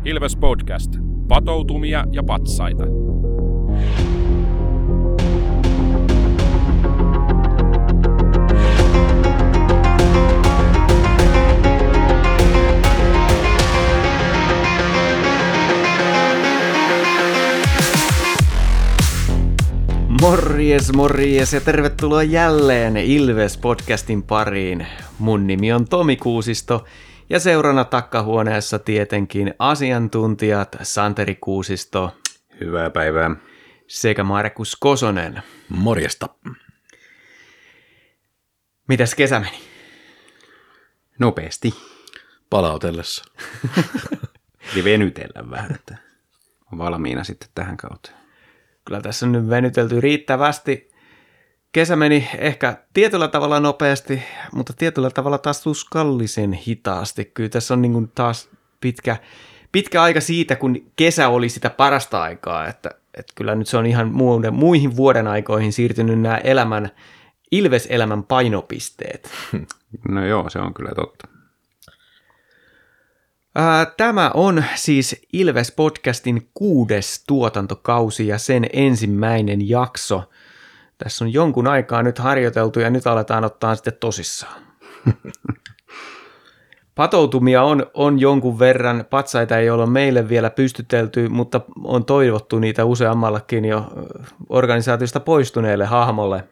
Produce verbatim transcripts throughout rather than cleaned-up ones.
Ilves Podcast. Patoutumia ja patsaita. Morjes, morjes ja tervetuloa jälleen Ilves-podcastin pariin. Mun nimi on Tomi Kuusisto ja seurana takkahuoneessa tietenkin asiantuntijat Santeri Kuusisto. Hyvää päivää. Sekä Markus Kosonen. Morjesta. Mitäs kesä meni? Nopeasti. Palautellessa. Eli venytellä vähän, että on valmiina sitten tähän kauteen. Kyllä tässä on nyt venytelty riittävästi. Kesä meni ehkä tietyllä tavalla nopeasti, mutta tietyllä tavalla taas tuskallisen hitaasti. Kyllä tässä on niin kuin taas pitkä, pitkä aika siitä, kun kesä oli sitä parasta aikaa. Että, että kyllä nyt se on ihan muuden, muihin vuoden aikoihin siirtynyt nämä elämän, Ilves-elämän painopisteet. No joo, se on kyllä totta. Tämä on siis Ilves-podcastin kuudes tuotantokausi ja sen ensimmäinen jakso. Tässä on jonkun aikaa nyt harjoiteltu ja nyt aletaan ottaa sitten tosissaan. Patoutumia on, on jonkun verran, patsaita ei ole meille vielä pystytelty, mutta on toivottu niitä useammallakin jo organisaatiosta poistuneelle hahmolle.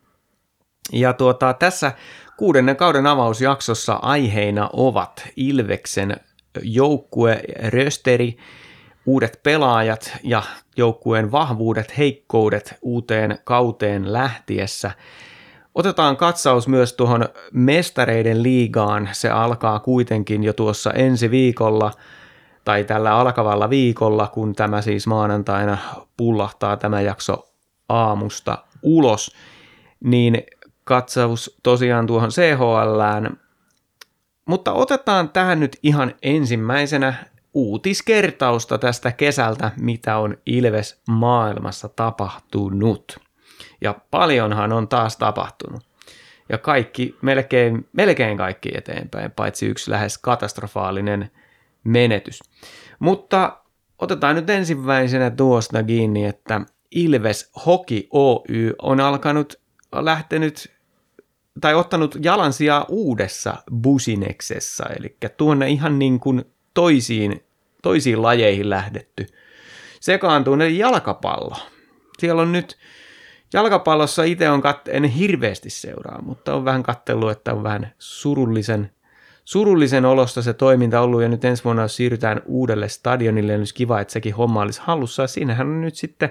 Ja tuota, tässä kuudennen kauden avausjaksossa aiheina ovat Ilveksen joukkue, rösteri, uudet pelaajat ja joukkueen vahvuudet, heikkoudet uuteen kauteen lähtiessä. Otetaan katsaus myös tuohon mestareiden liigaan. Se alkaa kuitenkin jo tuossa ensi viikolla tai tällä alkavalla viikolla, kun tämä siis maanantaina pullahtaa tämä jakso aamusta ulos. Niin katsaus tosiaan tuohon C H L:ään. Mutta otetaan tähän nyt ihan ensimmäisenä uutiskertausta tästä kesältä, mitä on Ilves maailmassa tapahtunut. Ja paljonhan on taas tapahtunut. Ja kaikki, melkein, melkein kaikki eteenpäin, paitsi yksi lähes katastrofaalinen menetys. Mutta otetaan nyt ensimmäisenä tuosta kiinni, että Ilves Hockey Oy on alkanut, lähtenyt tai ottanut jalansijaa uudessa busineksessa, eli tuonne ihan niin kuin toisiin, toisiin lajeihin lähdetty. Sekaantunut jalkapallo. Siellä on nyt jalkapallossa itse on kat- en hirveästi seuraa, mutta on vähän katsellut, että on vähän surullisen, surullisen olosta se toiminta ollut, ja nyt ensi vuonna jos siirrytään uudelle stadionille, niin olisi kiva, että sekin homma olisi hallussa, ja siinähän on nyt sitten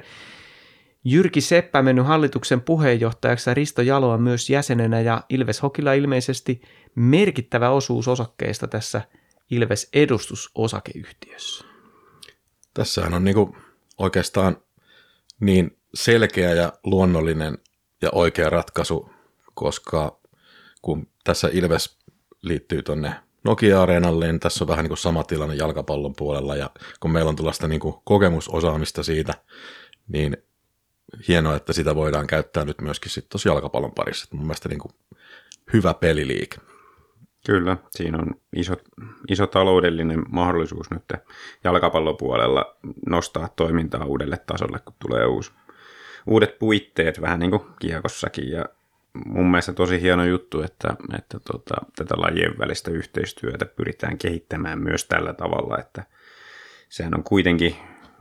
Jyrki Seppä mennyt hallituksen puheenjohtajaksi ja Risto Jaloa myös jäsenenä ja Ilves Hockeylla ilmeisesti merkittävä osuus osakkeista tässä Ilves edustusosakeyhtiössä. Tässähän on niinku oikeastaan niin selkeä ja luonnollinen ja oikea ratkaisu, koska kun tässä Ilves liittyy tuonne Nokia-areenalle, niin tässä on vähän niin kuin sama tilanne jalkapallon puolella, ja kun meillä on tuollaista niin kuin kokemusosaamista siitä, niin hienoa, että sitä voidaan käyttää nyt myöskin sitten tuossa jalkapallon parissa. Mun mielestä niin kuin hyvä peliliike. Kyllä, siinä on iso, iso taloudellinen mahdollisuus nyt jalkapallopuolella nostaa toimintaa uudelle tasolle, kun tulee uusi, uudet puitteet, vähän niin kuin kiekossakin. Ja mun mielestä tosi hieno juttu, että, että tota, tätä lajien välistä yhteistyötä pyritään kehittämään myös tällä tavalla, että sehän on kuitenkin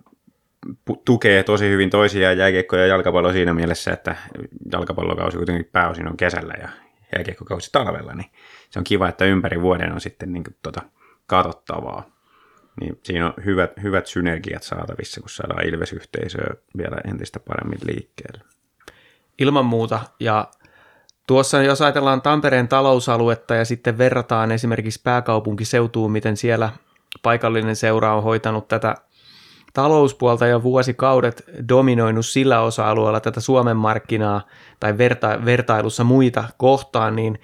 tukee tosi hyvin toisiaan jääkiekko ja jalkapallo siinä mielessä, että jalkapallokausi kuitenkin pääosin on kesällä ja jääkiekkokausi talvella, niin se on kiva, että ympäri vuoden on sitten niin kuin tuota katsottavaa. Niin siinä on hyvät, hyvät synergiat saatavissa, kun saadaan Ilves-yhteisöä vielä entistä paremmin liikkeelle. Ilman muuta, ja tuossa jos ajatellaan Tampereen talousaluetta ja sitten verrataan esimerkiksi pääkaupunkiseutuun, miten siellä paikallinen seura on hoitanut tätä talouspuolta ja vuosikaudet dominoinut sillä osa-alueella tätä Suomen markkinaa tai verta- vertailussa muita kohtaan, niin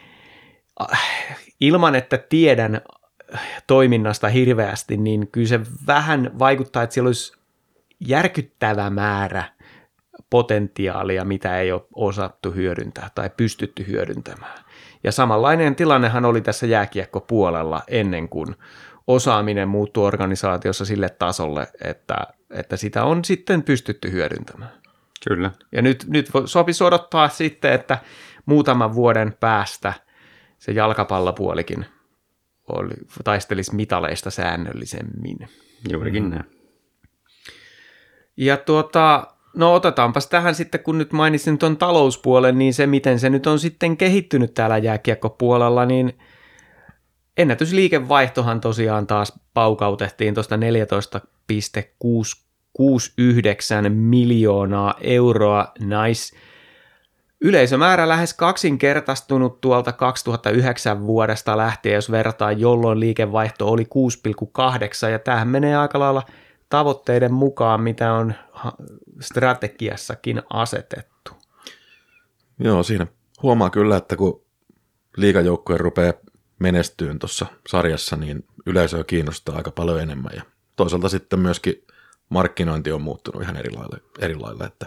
ilman, että tiedän toiminnasta hirveästi, niin kyllä se vähän vaikuttaa, että siellä olisi järkyttävä määrä potentiaalia, mitä ei ole osattu hyödyntää tai pystytty hyödyntämään. Ja samanlainen tilannehan oli tässä jääkiekkopuolella ennen kuin osaaminen muuttuu organisaatiossa sille tasolle, että, että sitä on sitten pystytty hyödyntämään. Kyllä. Ja nyt, nyt sopisi odottaa sitten, että muutaman vuoden päästä se jalkapallopuolikin oli, taistelisi mitaleista säännöllisemmin. Juurikin mm. näin. Ja tuota, no otetaanpas tähän sitten, kun nyt mainitsin tuon talouspuolen, niin se, miten se nyt on sitten kehittynyt täällä jääkiekkopuolella, niin ennätysliikevaihtohan tosiaan taas paukautettiin tuosta neljätoista pilkku kuusikymmentäyhdeksän miljoonaa euroa. Nice. Yleisömäärä lähes kaksinkertaistunut tuolta kaksituhattayhdeksän vuodesta lähtien, jos verrataan, jolloin liikevaihto oli kuusi pilkku kahdeksan, ja tämähän menee aika lailla tavoitteiden mukaan, mitä on strategiassakin asetettu. Joo, siinä huomaa kyllä, että kun liigajoukkue rupeaa menestyyn tuossa sarjassa, niin yleisöä kiinnostaa aika paljon enemmän, ja toisaalta sitten myöskin markkinointi on muuttunut ihan eri lailla, eri lailla että,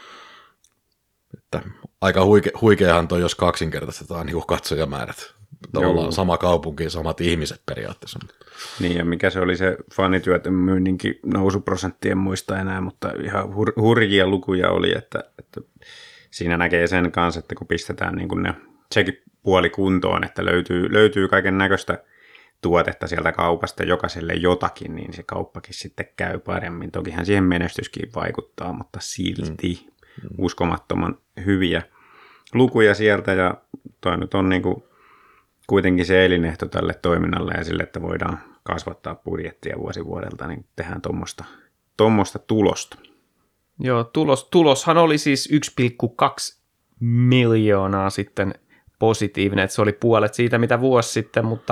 että aika huike, huikeahan toi, jos kaksinkertaistetaan niin katsojamäärät. Tavallaan Joo. sama kaupunki, samat ihmiset periaatteessa. Niin, ja mikä se oli se fanityötön myynninkin nousuprosentti, en muista enää, mutta ihan hur- hurjia lukuja oli, että, että siinä näkee sen kanssa, että kun pistetään niin kuin ne, sekin puoli kuntoon, että löytyy, löytyy kaiken näköistä tuotetta sieltä kaupasta, jokaiselle jotakin, niin se kauppakin sitten käy paremmin. Tokihan siihen menestyskin vaikuttaa, mutta silti mm. uskomattoman hyviä lukuja sieltä, ja toi nyt on niin kuin kuitenkin se elinehto tälle toiminnalle ja sille, että voidaan kasvattaa budjettia vuosi vuodelta, niin tehdään tuommoista tuommoista tulosta. Joo, tulos, tuloshan oli siis yksi pilkku kaksi miljoonaa sitten positiivinen, että se oli puolet siitä, mitä vuosi sitten, mutta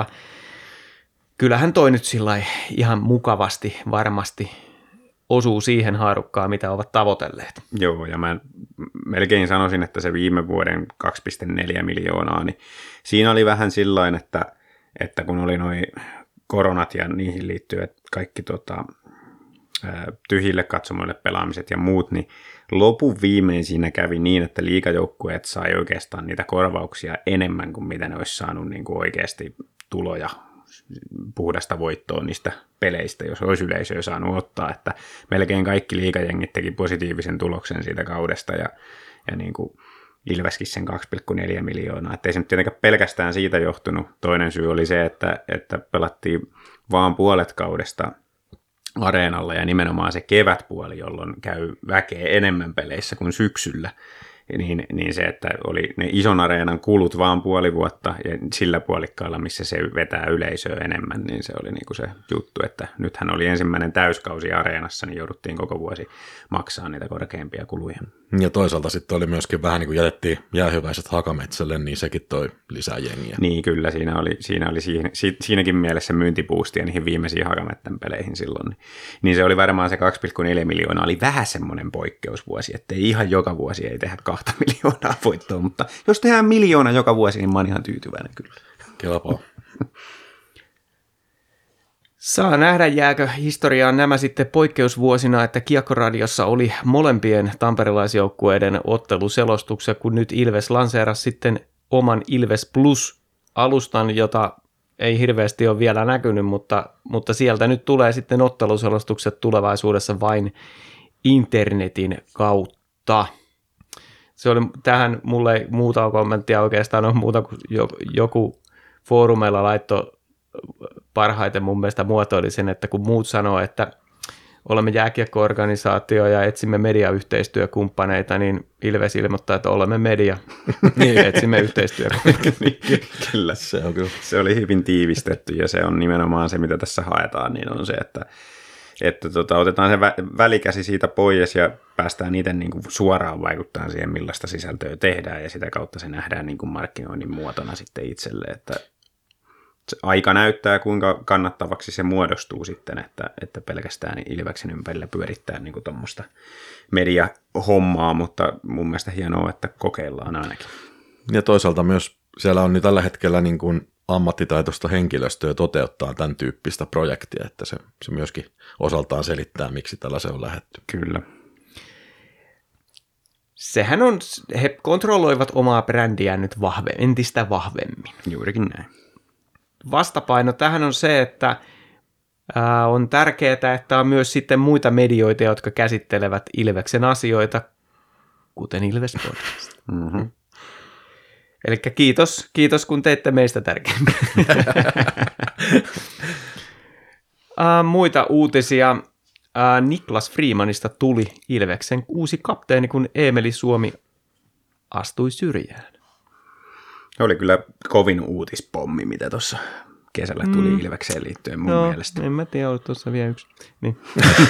kyllähän toi nyt sillä ihan mukavasti varmasti osuu siihen haarukkaan, mitä ovat tavoitelleet. Joo, ja mä melkein sanoisin, että se viime vuoden kaksi pilkku neljä miljoonaa, niin siinä oli vähän sillain, että, että kun oli noi koronat ja niihin liittyen kaikki tota, tyhjille katsomoille pelaamiset ja muut, niin lopun viimein siinä kävi niin, että liigajoukkueet sai oikeastaan niitä korvauksia enemmän kuin mitä ne olisi saanut niin kuin oikeasti tuloja, puhdasta voittoa niistä peleistä, jos olisi yleisöä saanut ottaa, että melkein kaikki liigajengit teki positiivisen tuloksen siitä kaudesta, ja, ja niin kuin Ilveskin sen kaksi pilkku neljä miljoonaa, ettei se nyt tietenkään pelkästään siitä johtunut. Toinen syy oli se, että, että pelattiin vaan puolet kaudesta areenalla, ja nimenomaan se kevätpuoli, jolloin käy väkeä enemmän peleissä kuin syksyllä, niin, niin se, että oli ne ison areenan kulut vaan puoli vuotta, ja sillä puolikkaalla, missä se vetää yleisöä enemmän, niin se oli niinku se juttu, että nythän oli ensimmäinen täyskausi areenassa, niin jouduttiin koko vuosi maksaa niitä korkeampia kuluja. Ja toisaalta sitten oli myöskin vähän niin kuin jätettiin jäähyväiset Hakametsälle, niin sekin toi lisää jengiä. Niin kyllä, siinä oli, siinä oli siinä, siinäkin mielessä myyntipuustia niihin viimeisiin Hakamettän peleihin silloin. Niin, niin se oli varmaan se kaksi pilkku neljä miljoonaa, oli vähän semmoinen poikkeusvuosi, ettei ihan joka vuosi ei tehdä kahta miljoonaa voittoa, mutta jos tehdään miljoona joka vuosi, niin mä oon ihan tyytyväinen kyllä. Kelpaa. Saa nähdä, jääkö historiaan nämä sitten poikkeusvuosina, että Kiekkoradiossa oli molempien tamperilaisjoukkueiden otteluselostuksia, kun nyt Ilves lanseerasi sitten oman Ilves Plus-alustan, jota ei hirveästi ole vielä näkynyt, mutta, mutta sieltä nyt tulee sitten otteluselostukset tulevaisuudessa vain internetin kautta. Se oli tähän mulle muuta kommenttia oikeastaan on muuta kuin joku foorumeilla laittoi parhaiten mun mielestä muotoili sen, että kun muut sanoo, että olemme jääkiekko-organisaatio ja etsimme mediayhteistyökumppaneita, niin Ilves ilmoittaa, että olemme media. Etsimme yhteistyökumppaneita. Kyllä, se on kyllä. Se oli hyvin tiivistetty, ja se on nimenomaan se, mitä tässä haetaan, niin on se, että, että tota, otetaan se vä- välikäsi siitä pois ja päästään niitä niin kuin suoraan vaikuttamaan siihen, millaista sisältöä tehdään, ja sitä kautta se nähdään niin kuin markkinoinnin muotona sitten itselle, että aika näyttää, kuinka kannattavaksi se muodostuu sitten, että, että pelkästään Ilveksen ympärillä pyörittää niin kuin tuommoista mediahommaa, mutta mun mielestä hienoa, että kokeillaan ainakin. Ja toisaalta myös siellä on niin tällä hetkellä niin kuin ammattitaitoista henkilöstöä toteuttaa tämän tyyppistä projektia, että se, se myöskin osaltaan selittää, miksi tällaisen on lähdetty. Kyllä. Sehän on, he kontrolloivat omaa brändiään nyt vahve, entistä vahvemmin. Juurikin näin. Vastapaino tähän on se, että Ää, on tärkeää, että on myös sitten muita medioita, jotka käsittelevät Ilveksen asioita, kuten Ilves Podcast. Mm-hmm. Eli kiitos, kiitos, kun teitte meistä tärkeämpiä. uh, muita uutisia. Uh, Niklas Freemanista tuli Ilveksen uusi kapteeni, kun Eemeli Suomi astui syrjään. Oli kyllä kovin uutispommi, mitä tuossa kesällä tuli mm. Ilvekseen liittyen mun no, mielestä. En mä tiedä, oli tuossa vielä yksi. Niin.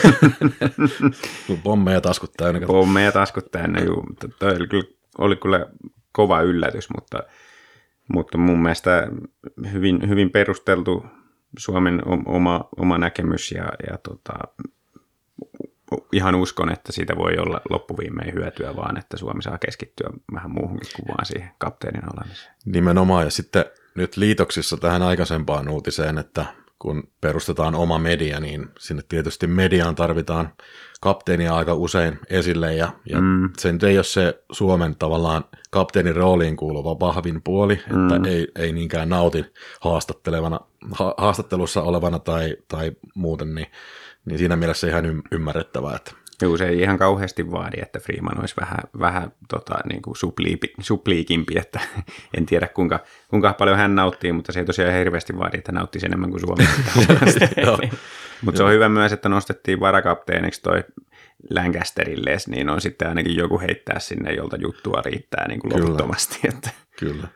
Pommeja taskut täynnä. Pommeja taskut täynnä, juu. Toi oli kyllä, oli kyllä kova yllätys, mutta, mutta mun mielestä hyvin, hyvin perusteltu Suomen oma, oma näkemys ja, ja tota, ihan uskon, että siitä voi olla loppuviimein hyötyä, vaan että Suomi saa keskittyä vähän muuhunkin kuin vaan siihen kapteenin olemiseen. Nimenomaan, ja sitten nyt liitoksissa tähän aikaisempaan uutiseen, että kun perustetaan oma media, niin sinne tietysti mediaan tarvitaan kapteenia aika usein esille, ja, ja mm. se nyt ei ole se Suomen tavallaan kapteenin rooliin kuuluva vahvin puoli, että mm. ei, ei niinkään nauti haastattelevana, ha, haastattelussa olevana tai, tai muuten, niin, niin siinä mielessä ihan y- ymmärrettävää, että Joo, se ei ihan kauheasti vaadi, että Freeman olisi vähän, vähän tota, niin kuin supliipi, supliikimpi, että en tiedä kuinka, kuinka paljon hän nauttii, mutta se ei tosiaan hirveästi vaadi, että nauttisi enemmän kuin Suomi. Mutta se on hyvä myös, että nostettiin varakapteeniksi toi Lancasterilles, niin on sitten ainakin joku heittää sinne, jolta juttua riittää niin kuin loputtomasti. Että. Kyllä.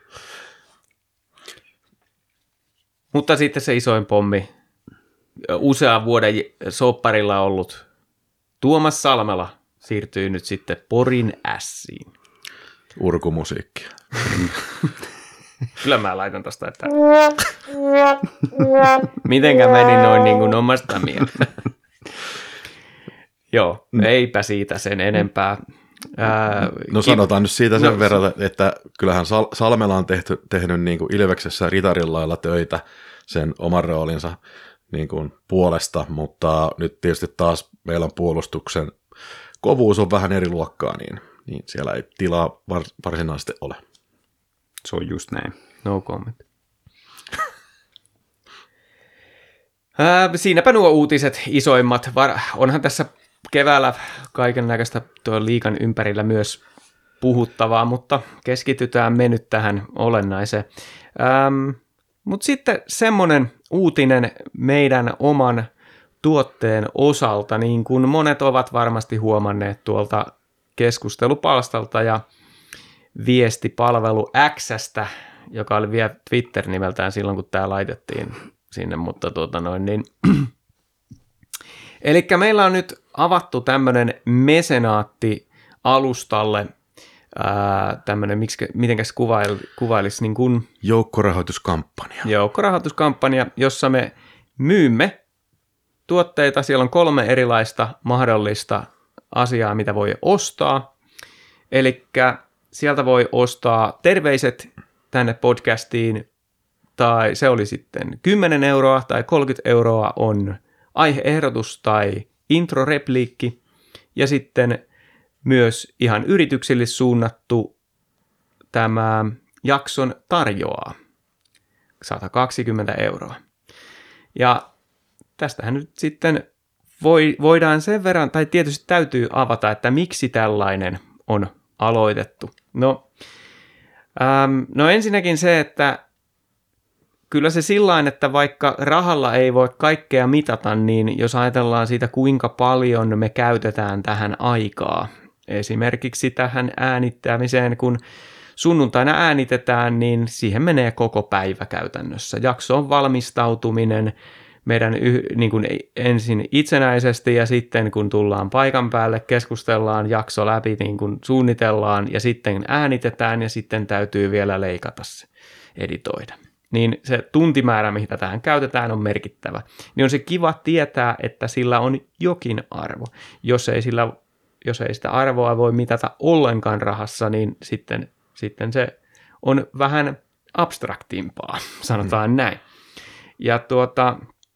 Mutta sitten se isoin pommi, usean vuoden sopparilla ollut Tuomas Salmela siirtyy nyt sitten Porin Ässiin. Urkumusiikkia. Kyllä mä laitan tosta, että mitenkä meni noin niin kuin omasta mieltä. Joo, eipä siitä sen enempää. Ää, no sanotaan nyt siitä sen no, verran, että kyllähän Salmela on tehty, tehnyt niin kuin Ilveksessä ritarin lailla töitä sen oman roolinsa niin kuin puolesta, mutta nyt tietysti taas meillä on puolustuksen kovuus on vähän eri luokkaa, niin, niin siellä ei tilaa vars, varsinaisesti ole. Se on just näin. No comment. Ää, siinäpä nuo uutiset isoimmat. Var, onhan tässä keväällä kaiken näköistä tuon liigan ympärillä myös puhuttavaa, mutta keskitytään me nyt tähän olennaiseen. Ähm, mutta sitten semmoinen uutinen meidän oman tuotteen osalta, niin kuin monet ovat varmasti huomanneet tuolta keskustelupalstalta ja viestipalvelu X:stä, joka oli vielä Twitter-nimeltään silloin, kun tämä laitettiin sinne, mutta tuota noin niin. Eli meillä on nyt avattu tämmöinen mesenaatti alustalle, ää, tämmöinen, miksi, mitenkäs kuvail, kuvailisi niin kuin joukkorahoituskampanja. Joukkorahoituskampanja, jossa me myymme tuotteita. Siellä on kolme erilaista mahdollista asiaa, mitä voi ostaa. Eli sieltä voi ostaa terveiset tänne podcastiin, tai se oli sitten kymmenen euroa tai kolmekymmentä euroa on aiheehdotus tai introrepliikki, ja sitten myös ihan yrityksille suunnattu tämä jakson tarjoaa sata kaksikymmentä euroa. Ja tästähän nyt sitten voi, voidaan sen verran, tai tietysti täytyy avata, että miksi tällainen on aloitettu. No, ähm, no ensinnäkin se, että kyllä se sillain, että vaikka rahalla ei voi kaikkea mitata, niin jos ajatellaan siitä, kuinka paljon me käytetään tähän aikaa, esimerkiksi tähän äänittämiseen, kun sunnuntaina äänitetään, niin siihen menee koko päivä käytännössä. Jaksoon valmistautuminen meidän yh, niin kuin ensin itsenäisesti ja sitten kun tullaan paikan päälle, keskustellaan jakso läpi, niin kuin suunnitellaan ja sitten äänitetään ja sitten täytyy vielä leikata se, editoida. Niin se tuntimäärä, mitä tähän käytetään, on merkittävä. Niin on se kiva tietää, että sillä on jokin arvo. Jos ei, sillä, jos ei sitä arvoa voi mitata ollenkaan rahassa, niin sitten, sitten se on vähän abstraktimpaa, sanotaan mm. näin. Ja tuota,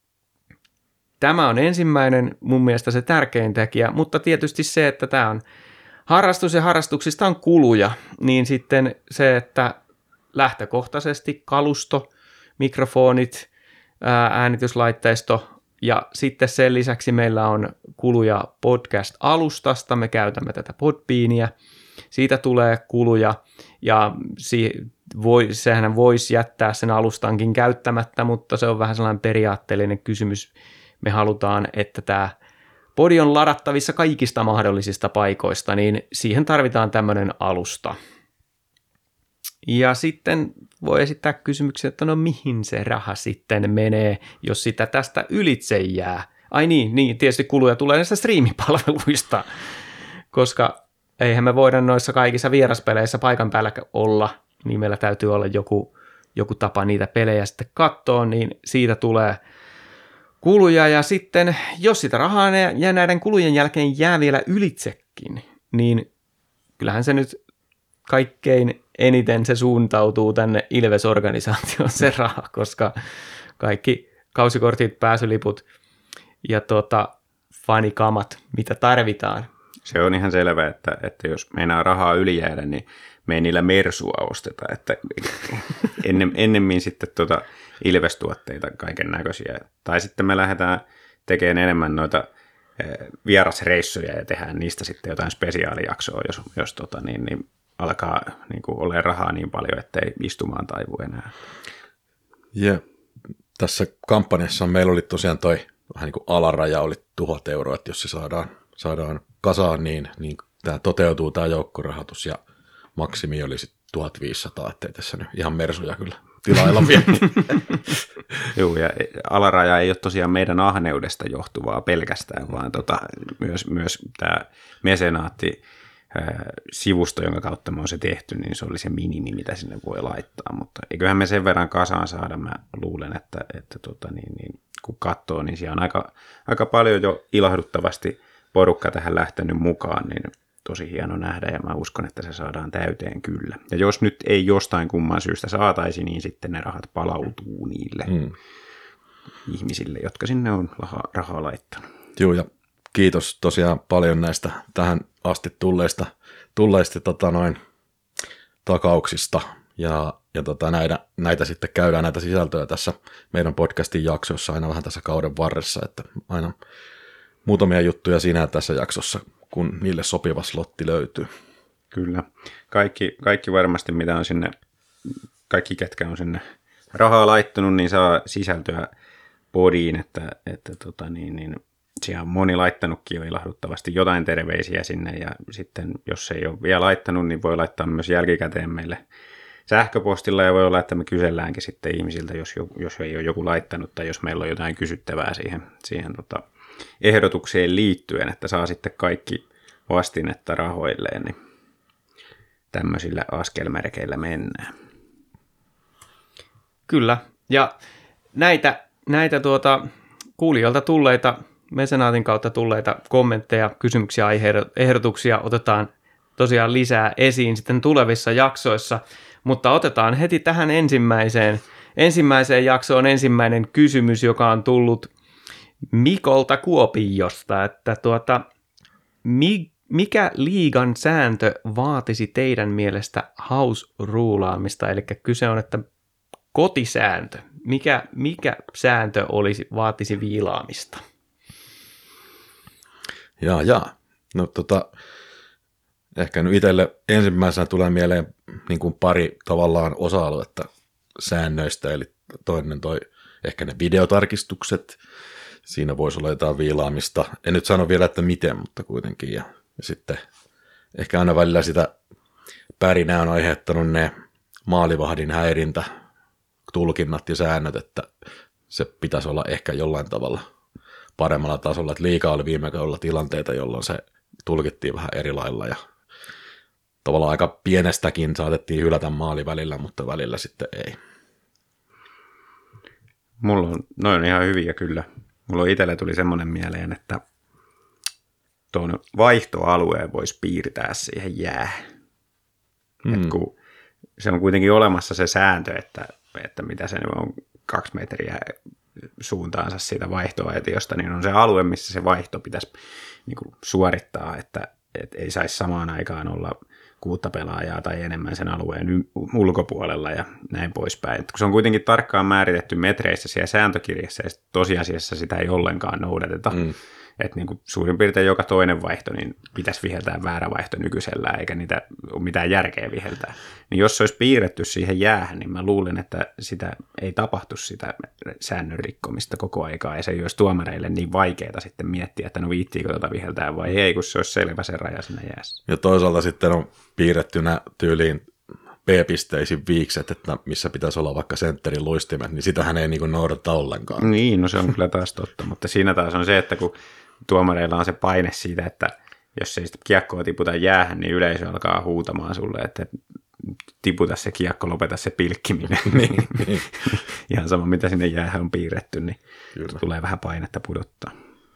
tämä on ensimmäinen mun mielestä se tärkein tekijä, mutta tietysti se, että tämä on harrastus ja harrastuksista on kuluja, niin sitten se, että lähtökohtaisesti kalusto, mikrofonit, äänityslaitteisto Ja sitten sen lisäksi meillä on kuluja podcast-alustasta, me käytämme tätä Podbeania, siitä tulee kuluja ja si- voi, sehän voisi jättää sen alustankin käyttämättä, mutta se on vähän sellainen periaatteellinen kysymys. Me halutaan, että tämä podi on ladattavissa kaikista mahdollisista paikoista, niin siihen tarvitaan tämmöinen alusta. Ja sitten voi esittää kysymyksiä, että no mihin se raha sitten menee, jos sitä tästä ylitse jää. Ai niin, niin tietysti kuluja tulee näistä striimipalveluista, koska eihän me voida noissa kaikissa vieraspeleissä paikan päällä olla, niin meillä täytyy olla joku, joku tapa niitä pelejä sitten katsoa, niin siitä tulee kuluja. Ja sitten jos sitä rahaa ja näiden kulujen jälkeen jää vielä ylitsekin, niin kyllähän se nyt kaikkein eniten se suuntautuu tänne Ilves-organisaatioon se raha, koska kaikki kausikortit, pääsyliput ja tuota, fanikamat, mitä tarvitaan. Se on ihan selvä, että, että jos meinaa rahaa yli jäädä, niin me ei niillä Mersua osteta, että ennen, ennemmin sitten tuota Ilves-tuotteita kaiken näköisiä. Tai sitten me lähdetään tekemään enemmän noita vierasreissuja ja tehdään niistä sitten jotain spesiaalijaksoa, jos, jos tota, niin, niin alkaa niin kuin olemaan rahaa niin paljon, ettei istumaan taivu enää. Ja tässä kampanjassa meillä oli tosiaan toi vähän niin kuin alaraja oli tuhat euroa, että jos se saadaan, saadaan kasaan, niin, niin tämä toteutuu tämä joukkorahoitus ja maksimi oli sitten tuhatviisisataa, ettei tässä nyt ihan mersuja kyllä tilailla vielä. Joo, ja alaraja ei ole tosiaan meidän ahneudesta johtuvaa pelkästään, vaan tota, myös, myös tämä mesenaatti sivusto, jonka kautta me on se tehty, niin se oli se minimi, mitä sinne voi laittaa, mutta eiköhän me sen verran kasaan saada, mä luulen, että, että tota, niin, niin, kun katsoo, niin siellä on aika, aika paljon jo ilahduttavasti porukka tähän lähtenyt mukaan, niin tosi hieno nähdä, ja mä uskon, että se saadaan täyteen kyllä. Ja jos nyt ei jostain kumman syystä saataisi, niin sitten ne rahat palautuu niille mm. ihmisille, jotka sinne on rahaa, rahaa laittanut. Joo, ja kiitos tosiaan paljon näistä tähän asti tulleista, tulleista tota noin, takauksista, ja, ja tota näitä, näitä sitten käydään näitä sisältöjä tässä meidän podcastin jaksossa aina vähän tässä kauden varressa, että aina muutamia juttuja siinä tässä jaksossa, kun niille sopiva slotti löytyy. Kyllä. Kaikki, kaikki varmasti, mitä on sinne, kaikki ketkä on sinne rahaa laittanut, niin saa sisältöä podiin, että, että tota niin, niin siellä on moni laittanutkin jo ilahduttavasti jotain terveisiä sinne, ja sitten jos ei ole vielä laittanut, niin voi laittaa myös jälkikäteen meille sähköpostilla, ja voi olla, että me kyselläänkin sitten ihmisiltä, jos, jos ei ole joku laittanut, tai jos meillä on jotain kysyttävää siihen, siihen tota, ehdotukseen liittyen, että saa sitten kaikki vastinetta rahoilleen, niin tämmöisillä askelmerkeillä mennään. Kyllä, ja näitä, näitä tuota, kuulijoilta tulleita, mesenaatin kautta tulleita kommentteja, kysymyksiä, ehdotuksia otetaan tosiaan lisää esiin sitten tulevissa jaksoissa, mutta otetaan heti tähän ensimmäiseen, ensimmäiseen jaksoon ensimmäinen kysymys, joka on tullut Mikolta Kuopiosta, että tuota, mi, mikä liigan sääntö vaatisi teidän mielestä house-ruulaamista, eli kyse on, että kotisääntö, mikä, mikä sääntö olisi, vaatisi viilaamista? Jaa, jaa. No tota, ehkä nyt itselle ensimmäisenä tulee mieleen niin kuin pari tavallaan osa-aluetta säännöistä, eli toinen toi ehkä ne videotarkistukset, siinä voisi olla jotain viilaamista. En nyt sano vielä, että miten, mutta kuitenkin. Ja, ja sitten ehkä aina välillä sitä pärinää on aiheuttanut ne maalivahdin häirintä, tulkinnat ja säännöt, että se pitäisi olla ehkä jollain tavalla paremmalla tasolla. Että liikaa oli viime kaudella tilanteita, jolloin se tulkittiin vähän eri lailla ja tavallaan aika pienestäkin saatettiin hylätä maali välillä, mutta välillä sitten ei. Mulla on, noin on ihan hyviä kyllä. Mulla on itselle tuli semmoinen mieleen, että tuon vaihtoalueen voisi piirtää siihen jäähän. Mm. Kun se on kuitenkin olemassa se sääntö, että, että mitä se on kaksi metriä suuntaansa siitä vaihtoaitiosta, niin on se alue, missä se vaihto pitäisi niin kuin suorittaa, että et ei saisi samaan aikaan olla kuutta pelaajaa tai enemmän sen alueen y- ulkopuolella ja näin poispäin. Et kun se on kuitenkin tarkkaan määritetty metreissä siellä sääntökirjassa ja tosiasiassa sitä ei ollenkaan noudateta. Mm. Että niin kuin suurin piirtein joka toinen vaihto, niin pitäisi viheltää väärä vaihto nykyisellään, eikä niitä ole mitään järkeä viheltää. Niin jos se olisi piirretty siihen jäähän, niin mä luulen, että sitä ei tapahtu sitä säännön rikkomista koko aikaa, ja se ei olisi tuomareille niin vaikeaa sitten miettiä, että no viittiikö tuota viheltää vai ei, kun se olisi selvä se raja siinä jäässä. Ja toisaalta sitten on piirrettynä tyyliin B-pisteisin viikset, että missä pitäisi olla vaikka sentterin luistimet, niin sitähän ei niin kuin noudata ollenkaan. Niin, no se on kyllä taas totta, mutta siinä taas on se, että kun tuomareilla on se paine siitä, että jos ei sitä kiekkoa tiputa jäähän, niin yleisö alkaa huutamaan sulle, että tiputa se kiekko, lopeta se pilkkiminen. niin, niin. Ihan sama, mitä sinne jäähän on piirretty, niin kyllä tulee vähän painetta pudottaa.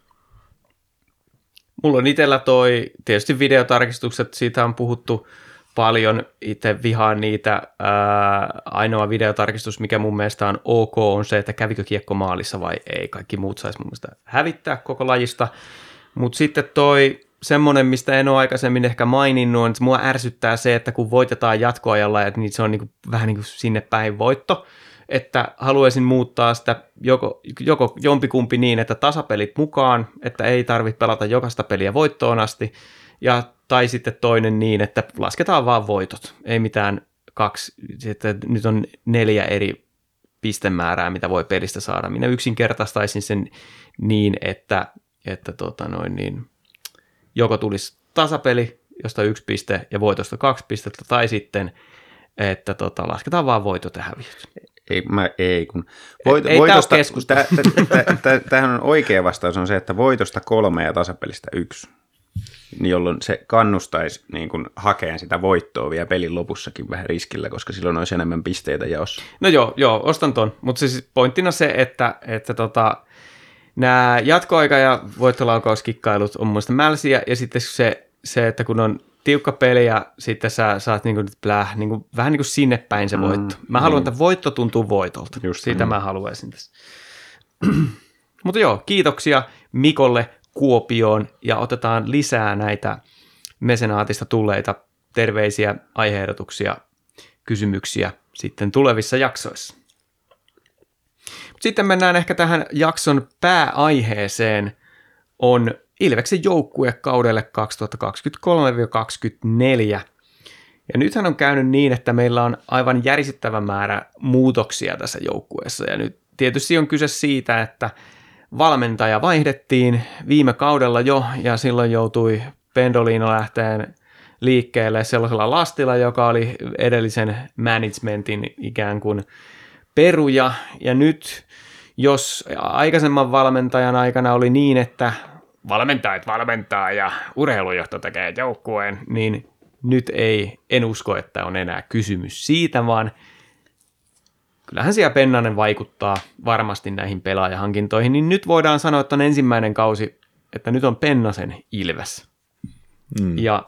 Mulla on itsellä toi, tietysti videotarkistukset, siitä on puhuttu paljon, itse vihaan niitä. Ää, ainoa videotarkistus, mikä mun mielestä on ok, on se, että kävikö kiekko maalissa vai ei. Kaikki muut saisi mun mielestä hävittää koko lajista. Mutta sitten toi semmoinen, mistä en ole aikaisemmin ehkä maininnut, on, että mua ärsyttää se, että kun voitetaan jatkoajalla, että niin se on niinku, vähän niin kuin sinne päin voitto. Että haluaisin muuttaa sitä joko, joko jompikumpi niin, että tasapelit mukaan, että ei tarvitse pelata jokaista peliä voittoon asti, ja tai sitten toinen niin, että lasketaan vaan voitot. Ei mitään kaksi, että nyt on neljä eri pistemäärää, mitä voi pelistä saada. Minä yksinkertaistaisin sen niin, että, että tota noin niin, joko tulisi tasapeli, josta yksi piste ja voitosta kaksi pistettä, tai sitten, että tota, lasketaan vaan voitot ja häviöt. Ei, mä, ei kun voit, ei voitosta, tämä tämähän on oikea vastaus on se, että voitosta kolme ja tasapelistä yksi. Jolloin se kannustaisi niin kuin hakeen sitä voittoa vielä pelin lopussakin vähän riskillä, koska silloin olisi enemmän pisteitä jaossa. No joo, joo ostan ton, mutta siis pointtina se, että, että tota, nämä jatkoaika- ja voittolaukauskikkailut on mun mielestä mälsiä, ja sitten se, se, että kun on tiukka peli ja sitten sä saat niin kuin, bläh, niin kuin, vähän niin kuin sinne päin se voitto. Mä haluan, että voitto tuntuu voitolta. Just Siitä mm. mä haluaisin tässä. Mutta joo, kiitoksia Mikolle Kuopioon ja otetaan lisää näitä mesenaatista tulleita terveisiä, aiheehdotuksia, kysymyksiä sitten tulevissa jaksoissa. Sitten mennään ehkä tähän jakson pääaiheeseen, on Ilveksen joukkue kaudelle kaksituhattakaksikymmentäkolme kaksikymmentäneljä. Ja nythän on käynyt niin, että meillä on aivan järisyttävä määrä muutoksia tässä joukkueessa. Ja nyt tietysti on kyse siitä, että valmentaja vaihdettiin viime kaudella jo, ja silloin joutui Pendolino lähteen liikkeelle sellaisella lastilla, joka oli edellisen managementin ikään kuin peruja. Ja nyt, jos aikaisemman valmentajan aikana oli niin, että valmentajat valmentaa ja urheilujohto tekee joukkueen, niin nyt ei, en usko, että on enää kysymys siitä, vaan kyllähän siellä Pennanen vaikuttaa varmasti näihin pelaajahankintoihin, niin nyt voidaan sanoa, että on ensimmäinen kausi, että nyt on Pennasen Ilves. Mm. Ja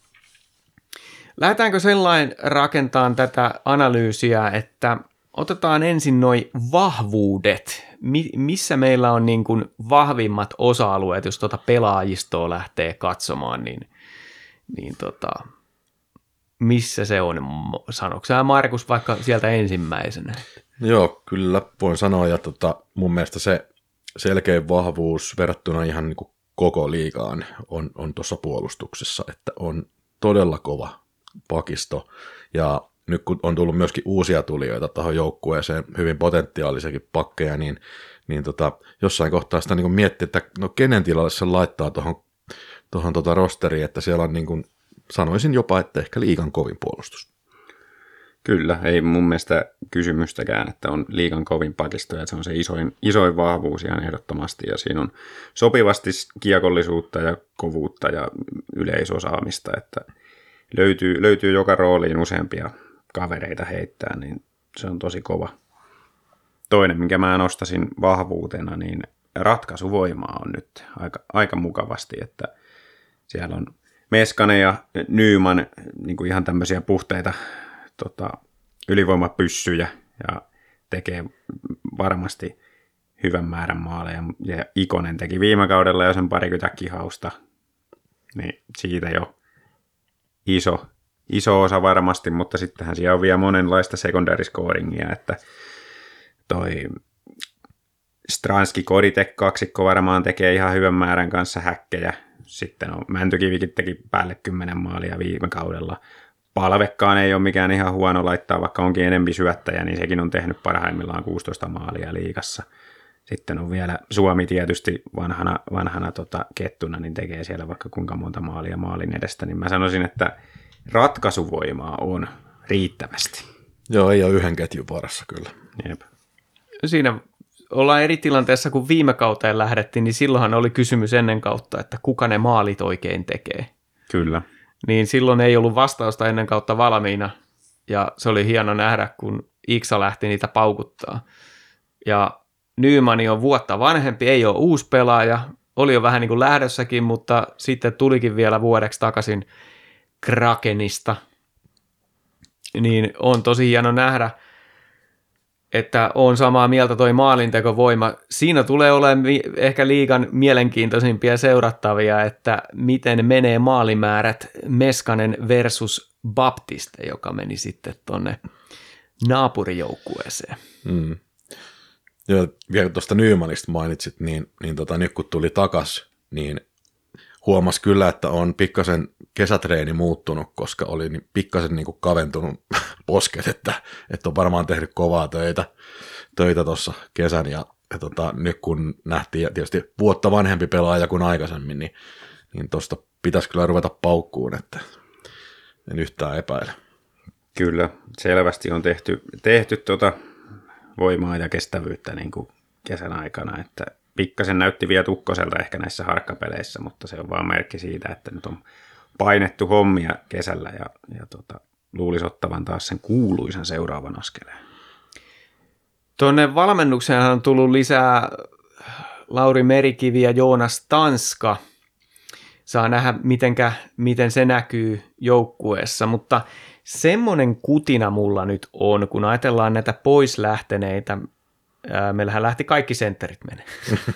lähdetäänkö sellainen rakentamaan tätä analyysiä, että otetaan ensin noi vahvuudet, Mi- missä meillä on niin kuin vahvimmat osa-alueet, jos tuota pelaajistoa lähtee katsomaan, niin, niin tota, missä se on? Sanoiko sä, Markus, vaikka sieltä ensimmäisenä? Joo, kyllä voin sanoa, ja tota, mun mielestä se selkeä vahvuus verrattuna ihan niin kuin koko liigaan on, on tuossa puolustuksessa, että on todella kova pakisto, ja nyt kun on tullut myöskin uusia tulijoita tuohon joukkueeseen, hyvin potentiaalisiakin pakkeja, niin, niin tota, jossain kohtaa sitä niin miettii, että no kenen tilalle se laittaa tuohon tuohon tota rosteriin, että siellä on niin kuin, sanoisin jopa, että ehkä liigan kovin puolustus. Kyllä, ei mun mielestä kysymystäkään, että on liigan kovin pakisto, että se on se isoin, isoin vahvuus ihan ehdottomasti, ja siinä on sopivasti kiekollisuutta ja kovuutta ja yleisosaamista, että löytyy, löytyy joka rooliin useampia kavereita heittää, niin se on tosi kova. Toinen, minkä mä nostasin vahvuutena, niin ratkaisuvoimaa on nyt aika, aika mukavasti, että siellä on Meskanen ja Nyman niin kuin ihan tämmöisiä puhteita tota, ylivoimapyssyjä ja tekee varmasti hyvän määrän maaleja. Ja Ikonen teki viime kaudella jo sen parikymmentä kihausta, niin siitä jo iso iso osa varmasti, mutta sittenhän siellä on vielä monenlaista secondary scoringia, että toi Stranski Koditek kaksikko varmaan tekee ihan hyvän määrän kanssa häkkejä. Sitten on Mäntykivikin teki päälle kymmenen maalia viime kaudella. Palvekkaan ei ole mikään ihan huono laittaa, vaikka onkin enempi syöttäjä, niin sekin on tehnyt parhaimmillaan kuusitoista maalia liigassa. Sitten on vielä Suomi tietysti vanhana, vanhana tota, kettuna, niin tekee siellä vaikka kuinka monta maalia maalin edestä. Niin mä sanoisin, että ratkaisuvoimaa on riittävästi. Joo, ei ole yhden ketjun varassa kyllä. Jep. Siinä ollaan eri tilanteessa, kun viime kauteen lähdettiin, niin silloinhan oli kysymys ennen kautta, että kuka ne maalit oikein tekee. Kyllä. Niin silloin ei ollut vastausta ennen kautta valmiina, ja se oli hieno nähdä, kun Iksa lähti niitä paukuttaa. Ja Nyman on vuotta vanhempi, ei ole uusi pelaaja, oli jo vähän niin kuin lähdössäkin, mutta sitten tulikin vielä vuodeksi takaisin Krakenista. Niin on tosi hieno nähdä, että on samaa mieltä toi maalintekovoima. Siinä tulee olemaan ehkä liigan mielenkiintoisimpia seurattavia, että miten menee maalimäärät Meskanen versus Baptiste, joka meni sitten tonne naapurijoukkueeseen. Mm. Joo, vielä tuosta Nymanista mainitsit, niin, niin tota, nyt kun tuli takas, niin huomasi kyllä, että on pikkasen kesätreeni muuttunut, koska oli niin pikkasen niin kuin kaventunut posket, että, että on varmaan tehnyt kovaa töitä töitä tuossa kesän, ja, ja tota, nyt kun nähtiin tietysti vuotta vanhempi pelaaja kuin aikaisemmin, niin, niin tuosta pitäisi kyllä ruveta paukkuun, että en yhtään epäile. Kyllä, selvästi on tehty, tehty tuota voimaa ja kestävyyttä niin kuin kesän aikana, että pikkasen näytti vielä tukkoselta ehkä näissä harkkapeleissä, mutta se on vaan merkki siitä, että nyt on painettu hommia kesällä ja, ja tota, luulisi ottavan taas sen kuuluisan seuraavan askeleen. Tuonne valmennukseen on tullut lisää Lauri Merikivi ja Joonas Tanska. Saa nähdä, mitenkä, miten se näkyy joukkueessa, mutta semmoinen kutina mulla nyt on, kun ajatellaan näitä pois lähteneitä. Meillähän lähti kaikki sentterit menee.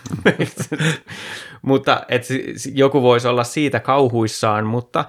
Mutta et joku voisi olla siitä kauhuissaan, mutta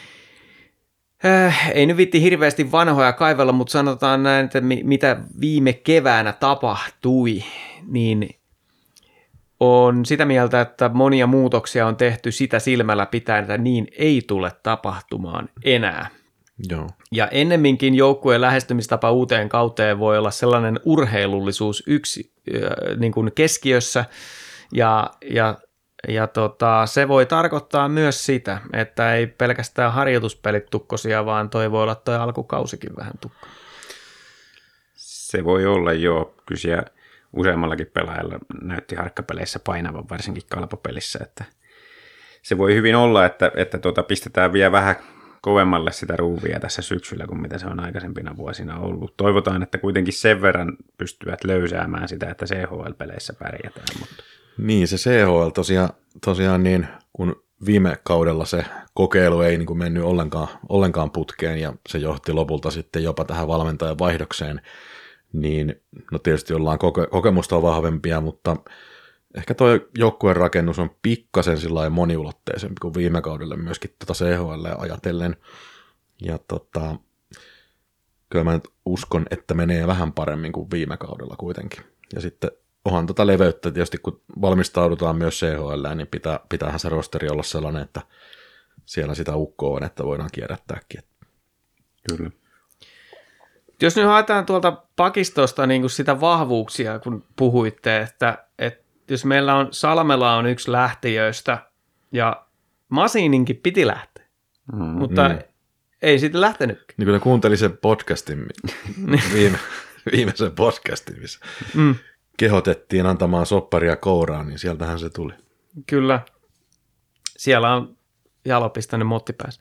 äh, ei nyt viitti hirveästi vanhoja kaivella, mutta sanotaan näin, että mitä viime keväänä tapahtui, niin on sitä mieltä, että monia muutoksia on tehty sitä silmällä pitäen, että niin ei tule tapahtumaan enää. Joo. Ja ennemminkin joukkueen lähestymistapa uuteen kauteen voi olla sellainen urheilullisuus yksi äh, niin kuin keskiössä, ja, ja, ja tota, se voi tarkoittaa myös sitä, että ei pelkästään harjoituspelit tukkosia, vaan toi voi olla toi alkukausikin vähän tukko. Se voi olla jo, kysyä useammallakin pelaajalla näytti harkkapeleissä painavan, varsinkin kalpapelissä, että se voi hyvin olla, että, että tuota, pistetään vielä vähän kovemmalle sitä ruuvia tässä syksyllä kuin mitä se on aikaisempina vuosina ollut. Toivotaan, että kuitenkin sen verran pystyvät löysäämään sitä, että C H L-peleissä pärjätään. Mutta. Niin, se C H L tosiaan, tosiaan niin, kun viime kaudella se kokeilu ei niin kuin mennyt ollenkaan, ollenkaan putkeen ja se johti lopulta sitten jopa tähän valmentajan vaihdokseen, niin no tietysti ollaan koke- kokemusta on vahvempia, mutta ehkä tuo joukkueen rakennus on pikkasen sillä moniulotteisempi kuin viime kaudelle myöskin tuota C H L ajatellen. Ja tota, kyllä mä nyt uskon, että menee vähän paremmin kuin viime kaudella kuitenkin. Ja sitten onhan tuota leveyttä tietysti, kun valmistaudutaan myös C H L, niin pitää, pitäähän se rosteri olla sellainen, että siellä sitä ukkoa on, että voidaan kierrättääkin. Kyllä. Jos nyt haetaan tuolta pakistosta niin kuin sitä vahvuuksia, kun puhuitte, että, että jos meillä on, Salmela on yksi lähtijöistä ja Masininkin piti lähteä, mm, mutta mm. ei sitten lähtenytkään. Niin kun kuuntelin sen podcastin, viime, viimeisen podcastin, missä mm. kehotettiin antamaan sopparia kouraan, niin sieltähän se tuli. Kyllä. Siellä on Jalo pistänyt motti päässä.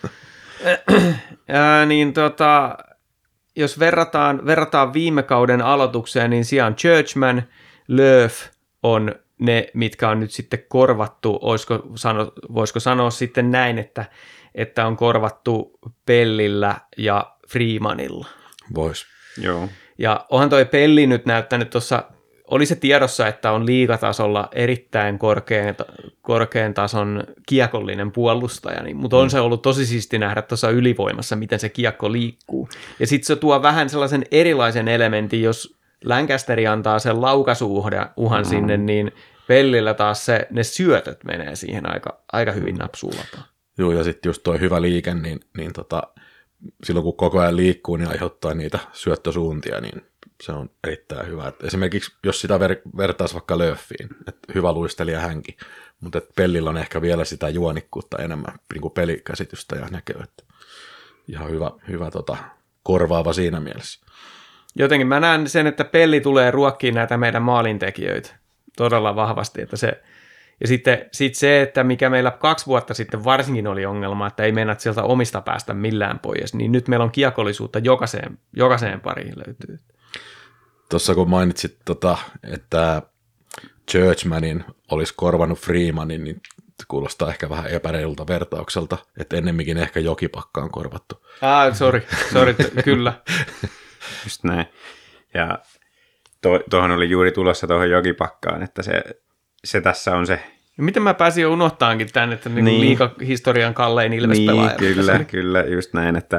Ää, niin tota, jos verrataan, verrataan viime kauden aloitukseen, niin siellä on Churchman, Lööf on ne, mitkä on nyt sitten korvattu, olisiko sano, voisiko sanoa sitten näin, että, että on korvattu Pellillä ja Freemanilla. Vois. Joo. Ja onhan toi Pelli nyt näyttänyt tuossa oli se tiedossa, että on liigatasolla erittäin korkean, korkean tason kiekollinen puolustaja, niin, mutta on mm. se ollut tosi siisti nähdä tuossa Ylivoimassa, miten se kiekko liikkuu. Ja sitten se tuo vähän sellaisen erilaisen elementin, jos Lancasteri antaa sen laukaisuuhan mm. sinne, niin Pellillä taas se, ne syötöt menee siihen aika, aika hyvin napsuullataan. Joo, ja sitten just toi hyvä liike, niin, niin tota, silloin kun koko ajan liikkuu, niin aiheuttaa niitä syöttösuuntia, niin se on erittäin hyvä. Et esimerkiksi jos sitä ver- vertaisi vaikka Löffiin, että hyvä luistelija hänkin, mutta Pellillä on ehkä vielä sitä juonikkuutta enemmän niin kuin pelikäsitystä ja näkö, että ihan hyvä, hyvä tota, korvaava siinä mielessä. Jotenkin mä näen sen, että Pelli tulee ruokkiin näitä meidän maalintekijöitä todella vahvasti, että se, ja sitten sit se, että mikä meillä kaksi vuotta sitten varsinkin oli ongelma, että ei mennä sieltä omista päästä millään pois, niin nyt meillä on kiekollisuutta jokaiseen, jokaiseen pariin löytyy. Tuossa kun mainitsit, tota, että Churchmanin olisi korvannut Freemanin, niin kuulostaa ehkä vähän epäreilulta vertaukselta, että ennemminkin ehkä Jokipakka on korvattu. Ah, sori, sori, kyllä. Just näin. Ja tuohon oli juuri tulossa tuohon Jokipakkaan, että se, se tässä on se. Ja miten mä pääsin jo unohtaankin tämän, että niin niin. liigahistorian kallein Ilves-pelaaja. Niin, kyllä, kyllä, just näin, että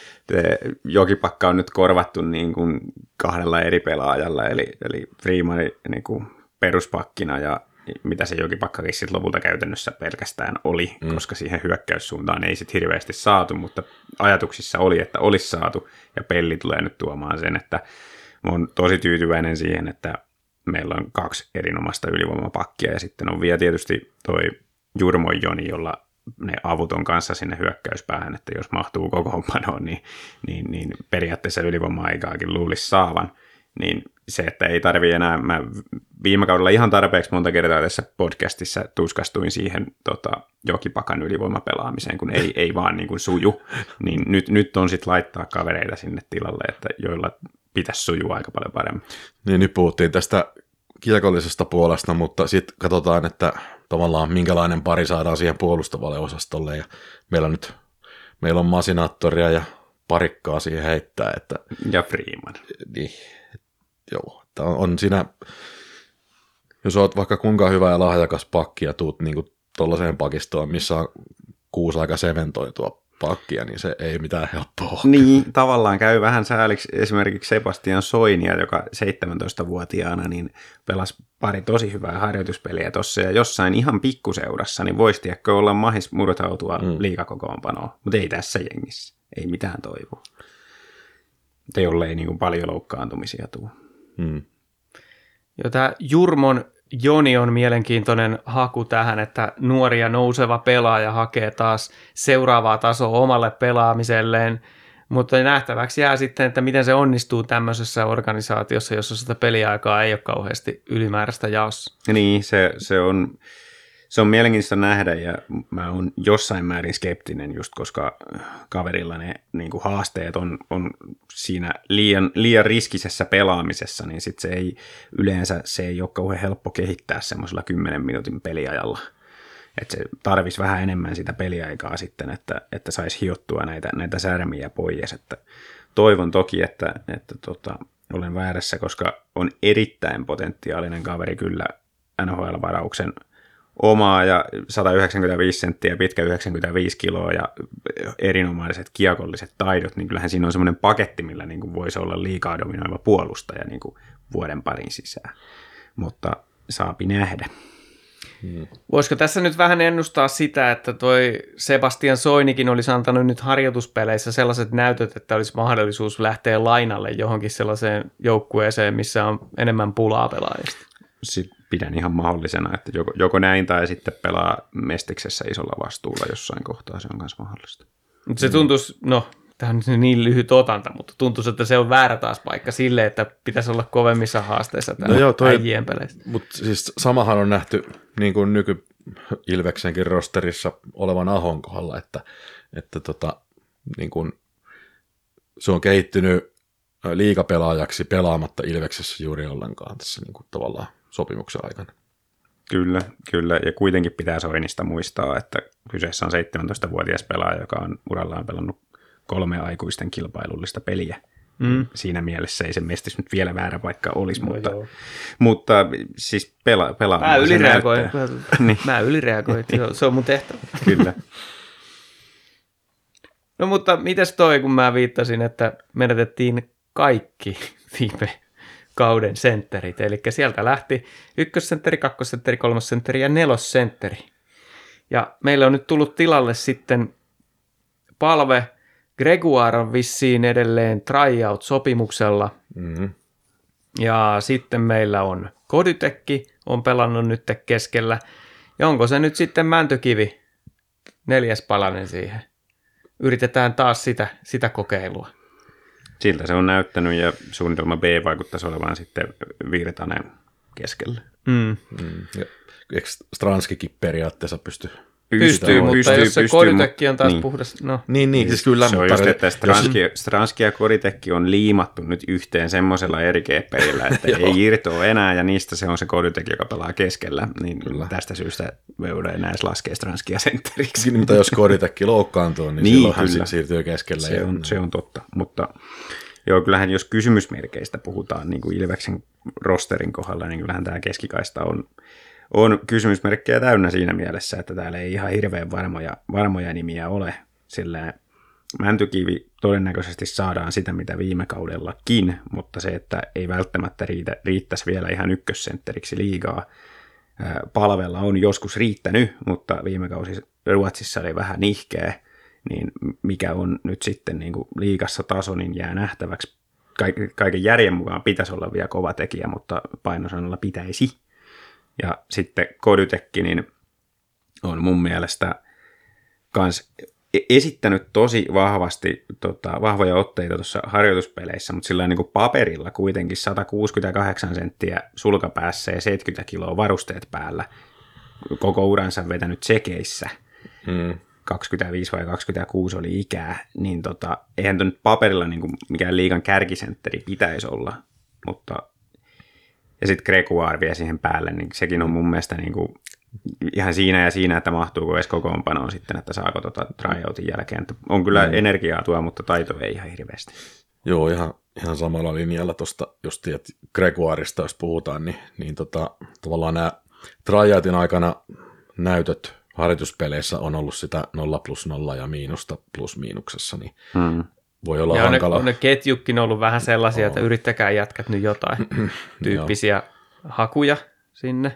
Jokipakka on nyt korvattu niin kuin kahdella eri pelaajalla, eli, eli Freeman niin kuin peruspakkina ja mitä se Jokipakkakin sitten lopulta käytännössä pelkästään oli, mm. koska siihen hyökkäyssuuntaan ei sitten hirveästi saatu, mutta ajatuksissa oli, että olisi saatu, ja Pelli tulee nyt tuomaan sen, että mä oon tosi tyytyväinen siihen, että meillä on kaksi erinomaista ylivoimapakkia, ja sitten on vielä tietysti toi Jurmon Joni, jolla ne avut on kanssa sinne hyökkäyspäähän, että jos mahtuu kokoonpanoon, niin, niin, niin periaatteessa ylivoima-aikaakin luulisi saavan, niin se, että ei tarvii enää, mä viime kaudella ihan tarpeeksi monta kertaa tässä podcastissa tuskastuin siihen tota, Jokipakan ylivoimapelaamiseen, kun ei, ei vaan niin kuin suju, niin nyt, nyt on sitten laittaa kavereita sinne tilalle, että joilla pitäisi sujua aika paljon paremmin. Niin nyt puhuttiin tästä kiekollisesta puolesta, mutta sitten katsotaan, että tavallaan minkälainen pari saadaan siihen puolustavalle osastolle, ja meillä nyt meillä on Masinaattoria ja Parikkaa siihen heittää. Että, ja Freeman. Niin, joo, on, on siinä, jos olet vaikka kuinka hyvä ja lahjakas pakki ja tuut niin tuollaiseen pakistoon, missä on kuusi aika sementoitua pakkia, niin se ei mitään helppoa. Niin, tavallaan käy vähän sääliksi esimerkiksi Sebastian Soinia, joka seitsemäntoistavuotiaana niin pelasi pari tosi hyvää harjoituspeliä tuossa, ja jossain ihan pikkuseurassa, niin voisi tiedäkö olla mahis murtautua mm. liigakokoonpanoon, mutta ei tässä jengissä, ei mitään toivoa. Mutta jollei niin kuin paljon loukkaantumisia tule. Mm. Jo tämä Jurmon Joni on mielenkiintoinen haku tähän, että nuori ja nouseva pelaaja hakee taas seuraavaa tasoa omalle pelaamiselleen, mutta nähtäväksi jää sitten, että miten se onnistuu tämmöisessä organisaatiossa, jossa sitä peliaikaa ei ole kauheasti ylimääräistä jaossa. Niin, se, se on... Se on mielenkiintoista nähdä, ja mä oon jossain määrin skeptinen just, koska kaverilla ne niin kuin haasteet on, on siinä liian, liian riskisessä pelaamisessa, niin sit se ei yleensä se ei ole kauhean helppo kehittää semmoisella kymmenen minuutin peliajalla. Että se tarvisi vähän enemmän sitä peliaikaa sitten, että, että saisi hiottua näitä, näitä särmiä pois. Että toivon toki, että, että tota, olen väärässä, koska on erittäin potentiaalinen kaveri kyllä N H L-varauksen omaa ja sata yhdeksänkymmentäviisi senttiä, pitkä yhdeksänkymmentäviisi kiloa ja erinomaiset kiekolliset taidot, niin kyllähän siinä on semmoinen paketti, millä niin kuin voisi olla liikaa dominoiva puolustaja niin kuin vuoden parin sisään. Mutta saapi nähdä. Hmm. Voisiko tässä nyt vähän ennustaa sitä, että toi Sebastian Soinikin olisi antanut nyt harjoituspeleissä sellaiset näytöt, että olisi mahdollisuus lähteä lainalle johonkin sellaiseen joukkueeseen, missä on enemmän pulaa pelaajista? Sitten pidän ihan mahdollisena, että joko, joko näin tai sitten pelaa Mestiksessä isolla vastuulla jossain kohtaa, se on myös mahdollista. Mutta se tuntuisi, no tämä on niin lyhyt otanta, mutta tuntuisi, että se on väärä taas paikka sille, että pitäisi olla kovemmissa haasteissa täällä no joo, toi, äijien peleissä. Mutta siis samahan on nähty niin kuin nyky-Ilveksenkin rosterissa olevan Ahon kohdalla, että, että tota, niin kuin se on kehittynyt liigapelaajaksi pelaamatta Ilveksessä juuri ollenkaan tässä niin kuin tavallaan sopimuksen aikana. Kyllä, kyllä. Ja kuitenkin pitää Soinista muistaa, että kyseessä on seitsemäntoistavuotias pelaaja, joka on urallaan pelannut kolme aikuisten kilpailullista peliä. Mm. Siinä mielessä ei se Mestis nyt vielä väärä paikka olisi, no, mutta, mutta siis pela, pelaamaan Mä ylireagoin. niin. Mä ylireagoin. Se on mun tehtävä. Kyllä. No mutta mites toi, kun mä viittasin, että menetettiin kaikki viime kauden sentterit. Eli sieltä lähti ykkössentteri, kakkosentteri, kolmosentteri ja nelosentteri. Ja meille on nyt tullut tilalle sitten Palve. Gregoire on vissiin edelleen tryout-sopimuksella. Mm-hmm. Ja sitten meillä on Kodytekki, on pelannut nyt keskellä. Ja onko se nyt sitten Mäntykivi, neljäs palanen siihen? Yritetään taas sitä, sitä kokeilua. Siltä se on näyttänyt ja suunnitelma B vaikuttaisi olevan sitten Virtanen keskellä. Mm. Mm. Ja eikö Stranskikin periaatteessa pysty? Pystyy, pystyy mutta pystyy, jos se pystyy, Kodytekki on taas niin. puhdas. No. Niin, niin, siis kyllä. Se on just, että Stranski, Stranski ja Kodytekki on liimattu nyt yhteen semmoisella eri keepperillä, että ei irtoa enää, ja niistä se on se Kodytekki, joka pelaa keskellä. Niin kyllä. Tästä syystä voidaan enää edes laskea Stranskia sentteriksi. Mutta jos Kodytekki loukkaantuu, niin, niin silloin hän siirtyy keskellä. Se on, se on totta, mutta joo, kyllähän jos kysymysmerkeistä puhutaan niin kuin Ilveksen rosterin kohdalla, niin kyllähän tämä keskikaista on On kysymysmerkkejä täynnä siinä mielessä, että täällä ei ihan hirveän varmoja, varmoja nimiä ole, sillä Mäntykivi todennäköisesti saadaan sitä, mitä viime kaudellakin, mutta se, että ei välttämättä riitä, riittäisi vielä ihan ykkössentteriksi liigaa. Palvella on joskus riittänyt, mutta viime kausi Ruotsissa oli vähän nihkeä, niin mikä on nyt sitten niin kuin liigassa taso, niin jää nähtäväksi. Kaiken järjen mukaan pitäisi olla vielä kova tekijä, mutta painosanalla pitäisi. Ja sitten Kodytekki niin on mun mielestä kans esittänyt tosi vahvasti tota, vahvoja otteita tuossa harjoituspeleissä, mutta sillä niin kuin paperilla kuitenkin sata kuusikymmentäkahdeksan senttiä sulkapäässä ja seitsemänkymmentä kiloa varusteet päällä. Koko uransa vetänyt tsekeissä. Hmm. kaksikymmentäviisi vai kaksikymmentäkuusi oli ikää, niin tota, eihän tuon nyt paperilla niin kuin mikään liigan kärkisentteri pitäisi olla, mutta ja sitten Gregoire vie siihen päälle, niin sekin on mun mielestä niin kuin ihan siinä ja siinä, että mahtuuko edes kokoonpanoon sitten, että saako tota tryoutin jälkeen. Että on kyllä mm. energiaa tuo, mutta taito ei ihan hirveästi. Joo, ihan, ihan samalla linjalla tuosta, just että Gregoiresta jos puhutaan, niin, niin tota, tavallaan nämä tryoutin aikana näytöt harjoituspeleissä on ollut sitä nolla plus nolla ja miinusta plus miinuksessa, niin mm. voi olla ja hankala. On ne, ne ketjukin ollut vähän sellaisia, oh. että yrittäkää jätkät nyt jotain tyyppisiä hakuja sinne.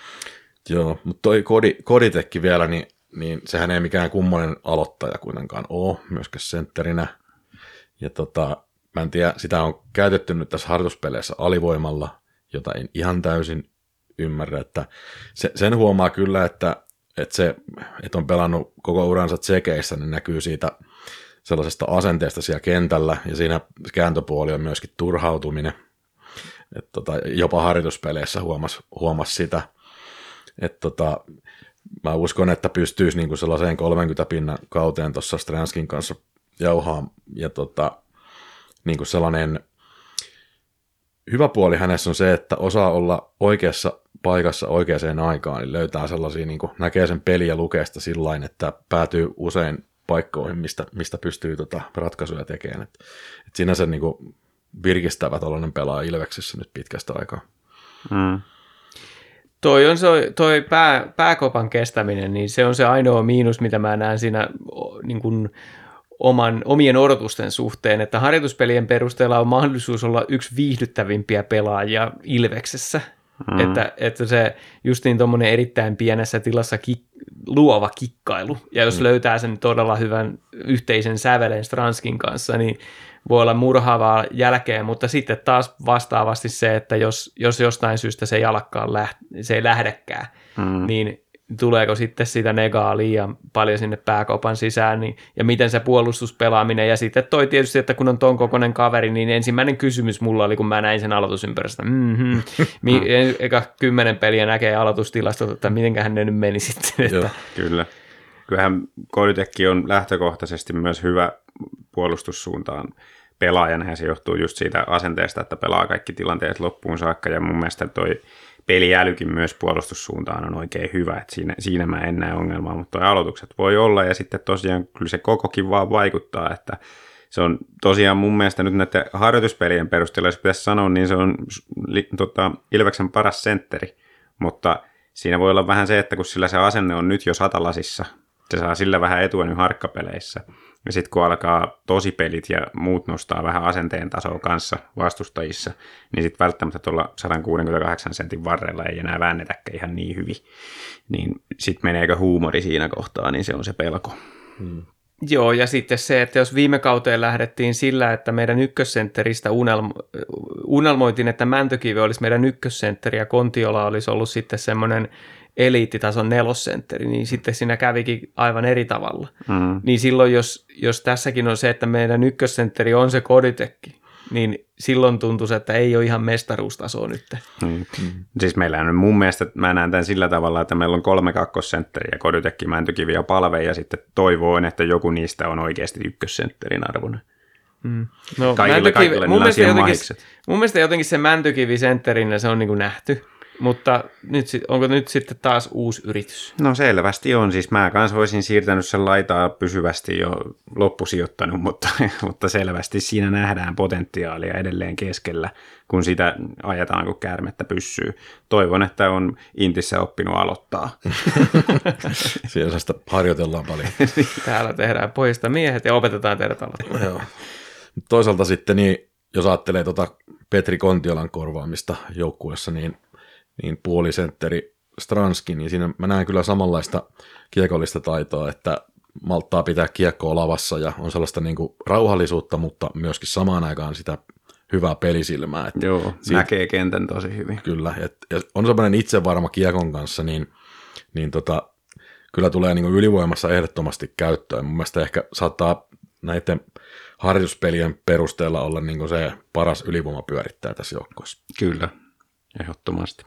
Joo, mutta toi Kodi, Kodytekki vielä, niin, niin sehän ei mikään kummonen aloittaja kuitenkaan ole, myöskään sentterinä. Ja tota, mä en tiedä, sitä on käytetty nyt tässä harjoituspeleissä alivoimalla, jota en ihan täysin ymmärrä. Että se, sen huomaa kyllä, että, että se, että on pelannut koko uransa tsekeissä, niin näkyy siitä sellaisesta asenteesta siellä kentällä, ja siinä kääntöpuoli on myöskin turhautuminen. Et tota, jopa harjoituspeleissä huomasi huomas sitä. Et tota, mä uskon, että pystyisi niinku sellaiseen kolmekymmentä pinnan kauteen tuossa Stranskin kanssa jauhaa. Ja tota, niinku sellainen hyvä puoli hänessä on se, että osaa olla oikeassa paikassa oikeaan aikaan, niin löytää sellaisia, niinku, näkee sen peliä lukee sitä sillain, että päätyy usein paikkoihin, mistä, mistä pystyy tota ratkaisuja tekemään. Et, et sinänsä niinku virkistävä tällainen pelaa Ilveksessä nyt pitkästä aikaa. Mm. Toi on se, toi pää, pääkopan kestäminen, niin se on se ainoa miinus, mitä mä näen siinä niin kuin oman, omien odotusten suhteen, että harjoituspelien perusteella on mahdollisuus olla yksi viihdyttävimpiä pelaajia Ilveksessä. Mm. Että, että se justiin tuommoinen erittäin pienessä tilassa kik, luova kikkailu, ja jos mm. löytää sen todella hyvän yhteisen sävelen Stranskin kanssa, niin voi olla murhaavaa jälkeen, mutta sitten taas vastaavasti se, että jos, jos jostain syystä se ei alakkaan läht, se ei lähdekään, mm. niin tuleeko sitten sitä negaa liian paljon sinne pääkopan sisään, niin, ja miten se puolustuspelaaminen, ja sitten toi tietysti, että kun on ton kokoinen kaveri, niin ensimmäinen kysymys mulla oli, kun mä näin sen aloitusympäristö, mm-hmm, mi- eka kymmenen peliä näkee aloitustilastot, että mitenköhän ne nyt meni sitten. Että... Joo, kyllä. Kyllähän Kodytekki on lähtökohtaisesti myös hyvä puolustussuuntaan pelaajana, ja se johtuu just siitä asenteesta, että pelaa kaikki tilanteet loppuun saakka, ja mun mielestä toi peliälykin myös puolustussuuntaan on oikein hyvä, että siinä, siinä mä en näe ongelmaa, mutta toi aloitukset voi olla, ja sitten tosiaan kyllä se kokokin vaan vaikuttaa, että se on tosiaan mun mielestä nyt näiden harjoituspelien perusteella, jos pitäisi sanoa, niin se on li, tota, Ilveksen paras sentteri, mutta siinä voi olla vähän se, että kun sillä se asenne on nyt jo satalasissa, se saa sillä vähän etua nyt harkkapeleissä. Ja sitten kun alkaa tosipelit ja muut nostaa vähän asenteen tasoa kanssa vastustajissa, niin sitten välttämättä tuolla sata kuusikymmentäkahdeksan sentin varrella ei enää väännetäkään ihan niin hyvin. Niin sitten meneekö huumori siinä kohtaa, niin se on se pelko. Hmm. Joo, ja sitten se, että jos viime kauteen lähdettiin sillä, että meidän ykkössentteristä unelmo- unelmoitiin, että Mäntökivi olisi meidän ykkössentteri ja Kontiola olisi ollut sitten semmoinen eliittitason nelossentteri, niin sitten siinä kävikin aivan eri tavalla. Mm. Niin silloin, jos, jos tässäkin on se, että meidän ykkössentteri on se Koditekki, niin silloin tuntuu, että ei ole ihan mestaruustasoa nyt. Mm. Mm. Siis meillä on mun mielestä, mä näen tämän sillä tavalla, että meillä on kolme kakkossentteriä, Koditekki, Mäntykivi ja Palve, ja sitten toivoin, että joku niistä on oikeasti ykkössentterin arvoinen. Mm. No, kaikille, kaikille mun, mielestä jotenkin, mun mielestä jotenkin se Mäntykivi sentterinä se on niin kuin nähty. Mutta nyt, onko nyt sitten taas uusi yritys? No selvästi on. Siis mä kanssa voisin siirtänyt sen laitaa pysyvästi jo loppusijoittanut, mutta, mutta selvästi siinä nähdään potentiaalia edelleen keskellä, kun sitä ajetaan, kun käärmettä pyssyy. Toivon, että on Intissä oppinut aloittaa. Siellä sitä harjoitellaan paljon. Täällä tehdään pojista miehet ja opetetaan teidät aloittaa. Joo. Toisaalta sitten, niin, jos ajattelee tuota Petri Kontiolan korvaamista joukkueessa, niin niin puolisentteri Stranski, niin siinä mä näen kyllä samanlaista kiekollista taitoa, että malttaa pitää kiekkoa lavassa ja on sellaista niin kuin rauhallisuutta, mutta myöskin samaan aikaan sitä hyvää pelisilmää. Että joo, siitä, näkee kentän tosi hyvin. Kyllä, et, ja on sellainen itsevarma kiekon kanssa, niin, niin tota, kyllä tulee niin kuin ylivoimassa ehdottomasti käyttöön. Mun mielestä ehkä saattaa näiden harjoituspelien perusteella olla niin kuin se paras ylivoimapyörittäjä tässä joukkueessa. Kyllä, ehdottomasti.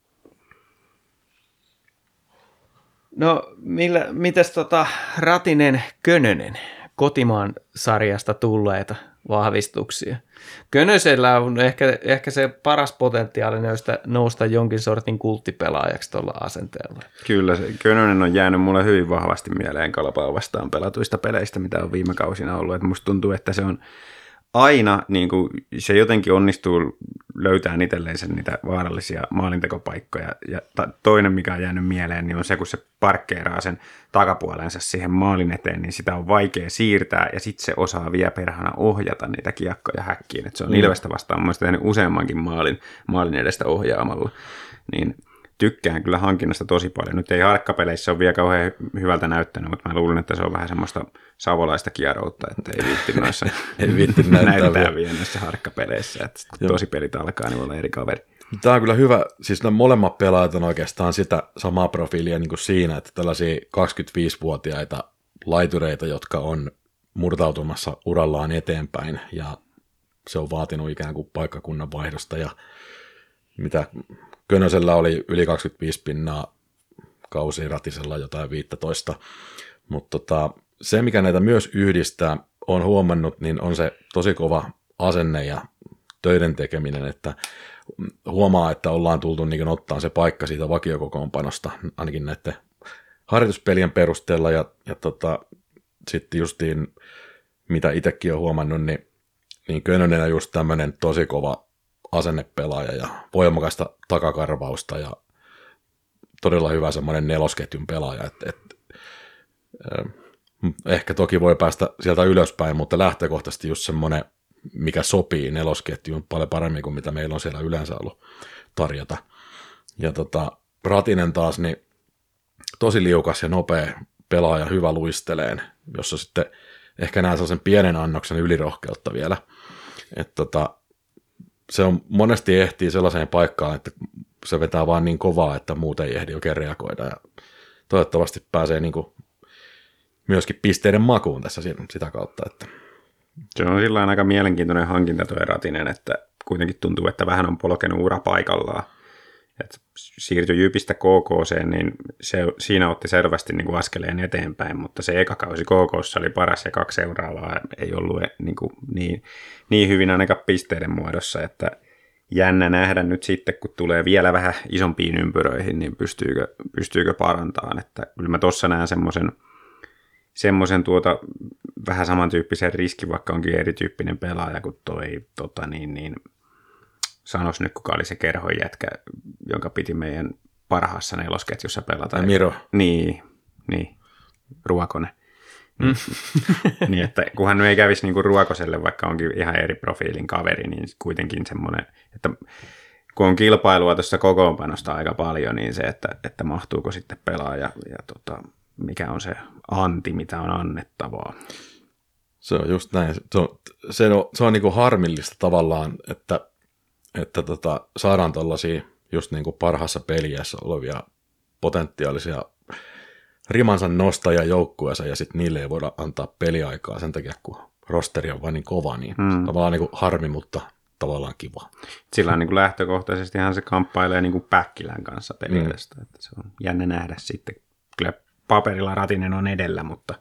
No, millä, mites tota Ratinen Könönen, kotimaan sarjasta tulleita vahvistuksia? Könösellä on ehkä, ehkä se paras potentiaali nousta, nousta jonkin sortin kulttipelaajaksi tuolla asenteella. Kyllä, se Könönen on jäänyt mulle hyvin vahvasti mieleen Kalpaa vastaan pelatuista peleistä, mitä on viime kausina ollut. Et musta tuntuu, että se on aina, niin kuin, se jotenkin onnistuu löytämään itselleen sen niitä vaarallisia maalintekopaikkoja. Ja toinen, mikä on jäänyt mieleen, niin on se, kun se parkkeeraa sen takapuolensa siihen maalin eteen, niin sitä on vaikea siirtää, ja sitten se osaa vielä perhana ohjata niitä kiekkoja häkkiin. Et se on mm. Ilvestä vastaan mun mielestä tehnyt useammankin maalin, maalin edestä ohjaamalla. Niin tykkään kyllä hankinnasta tosi paljon. Nyt ei harkkapeleissä ole vielä kauhean hyvältä näyttänyt, mutta mä luulen, että se on vähän semmoista savolaista kieroutta, että ei viitti noissa ei viitti näyttää, näyttää vielä näissä harkkapeleissä. Että kun tosi pelit alkaa, niin voi olla eri kaveri. Tämä on kyllä hyvä. Siis nämä molemmat pelaajat on oikeastaan sitä samaa profiilia niin kuin siinä, että tällaisia kaksikymmentäviisivuotiaita laitureita, jotka on murtautumassa urallaan eteenpäin, ja se on vaatinut ikään kuin paikkakunnan vaihdosta, ja mitä Könösellä oli yli kaksikymmentäviisi pinnaa, kausi Ratisella jotain viisitoista, mutta tota, se, mikä näitä myös yhdistää, on huomannut, niin on se tosi kova asenne ja töiden tekeminen, että huomaa, että ollaan tultu niin ottaa se paikka siitä vakiokokoonpanosta, ainakin näiden harjoituspelien perusteella, ja, ja tota, sitten justiin, mitä itsekin on huomannut, niin, niin Könönen on just tämmöinen tosi kova asennepelaaja ja voimakasta takakarvausta ja todella hyvä semmoinen nelosketjun pelaaja. Et, et, äh, ehkä toki voi päästä sieltä ylöspäin, mutta lähtökohtaisesti just semmoinen, mikä sopii nelosketjuun paljon paremmin kuin mitä meillä on siellä yleensä ollut tarjota. Ja tota, Ratinen taas, niin tosi liukas ja nopea pelaaja, hyvä luisteleen, jossa sitten ehkä näen sellaisen pienen annoksen ylirohkeutta vielä. Että tota, se on monesti ehtii sellaiseen paikkaan, että se vetää vaan niin kovaa, että muut ei ehdi oikein reagoida. Ja toivottavasti pääsee niin kuin myöskin pisteiden makuun tässä sitä kautta. Että. Se on sillä aika mielenkiintoinen hankinta tuo Ratinen, että kuitenkin tuntuu, että vähän on polkenut ura paikallaan. Et siirtyi Jypistä K K:seen, niin se, siinä otti selvästi niin kuin askeleen eteenpäin, mutta se eka kausi K K:ssa oli paras ja kaksi seuraavaa ei ollut niin, kuin niin, niin hyvin ainakaan pisteiden muodossa, että jännä nähdä nyt sitten, kun tulee vielä vähän isompiin ympyröihin, niin pystyykö, pystyykö parantamaan, että kyllä mä tuossa näen semmoisen semmoisen tuota vähän samantyyppisen riskin, vaikka onkin erityyppinen pelaaja kuin toi, tota niin, niin, sanois nyt, kuka oli se kerhon jätkä, jonka piti meidän parhaassa nelosketjussa pelata. Ja Miro. Niin, niin, Ruokonen. Mm. Niin, että kunhan nyt ei kävisi niinku Ruokoselle, vaikka onkin ihan eri profiilin kaveri, niin kuitenkin semmoinen, että kun on kilpailua tuossa kokoonpanosta aika paljon, niin se, että, että mahtuuko sitten pelaaja ja tota, mikä on se anti, mitä on annettavaa. Se on just näin. Se on, se on, se on niin kuin harmillista tavallaan, että, että tota, saadaan tällaisia just niin kuin parhaassa peliässä olevia potentiaalisia rimansa nostajia joukkueeseen ja sitten niille ei voida antaa peliaikaa sen takia, kun rosteri on vain niin kova, niin mm. tavallaan niin kuin harmi, mutta tavallaan kiva. Sillä on niin kuin lähtökohtaisestihan se kamppailee niin kuin Päkkilän kanssa peliästä, mm. että se on jännä nähdä sitten. Kyllä paperilla Ratinen on edellä, mutta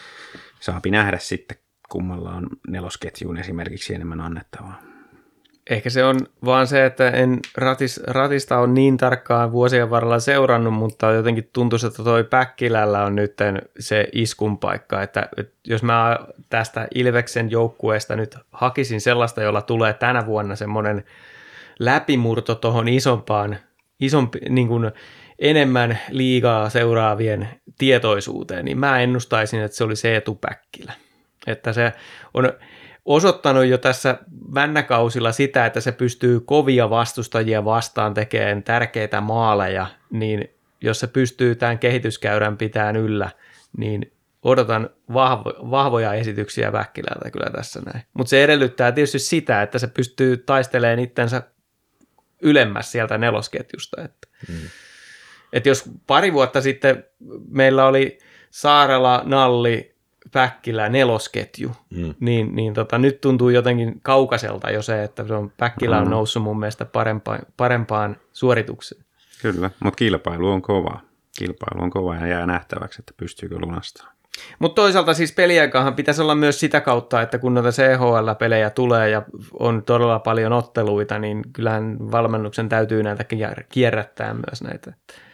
saapi nähdä sitten, kummalla on nelosketjuun esimerkiksi enemmän annettavaa. Ehkä se on vaan se, että en ratis, ratista on niin tarkkaan vuosien varrella seurannut, mutta jotenkin tuntuu, että toi Päkkilällä on nyt se iskun paikka, että, että jos mä tästä Ilveksen joukkueesta nyt hakisin sellaista, jolla tulee tänä vuonna semmoinen läpimurto tuohon isompaan, isompi, niin kuin enemmän liigaa seuraavien tietoisuuteen, niin mä ennustaisin, että se oli Eetu Päkkilä. Että se on osoittanut jo tässä männäkausilla sitä, että se pystyy kovia vastustajia vastaan tekemään tärkeitä maaleja, niin jos se pystyy tämän kehityskäyrän pitämään yllä, niin odotan vahvo, vahvoja esityksiä Päkkilältä kyllä tässä näin. Mutta se edellyttää tietysti sitä, että se pystyy taistelemaan itsensä ylemmäs sieltä nelosketjusta. Että, mm. että jos pari vuotta sitten meillä oli Saarela, Nalli, Päkkilä, nelosketju, mm. niin, niin tota, nyt tuntuu jotenkin kaukaiselta jo se, että se on, Päkkilä on mm. noussut mun mielestä parempaan, parempaan suoritukseen. Kyllä, mutta kilpailu on kova. Kilpailu on kova ja jää nähtäväksi, että pystyykö lunastamaan. Mutta toisaalta siis peliaikahan pitäisi olla myös sitä kautta, että kun noita C H L-pelejä tulee ja on todella paljon otteluita, niin kyllähän valmennuksen täytyy näitä kierrättää myös näitä.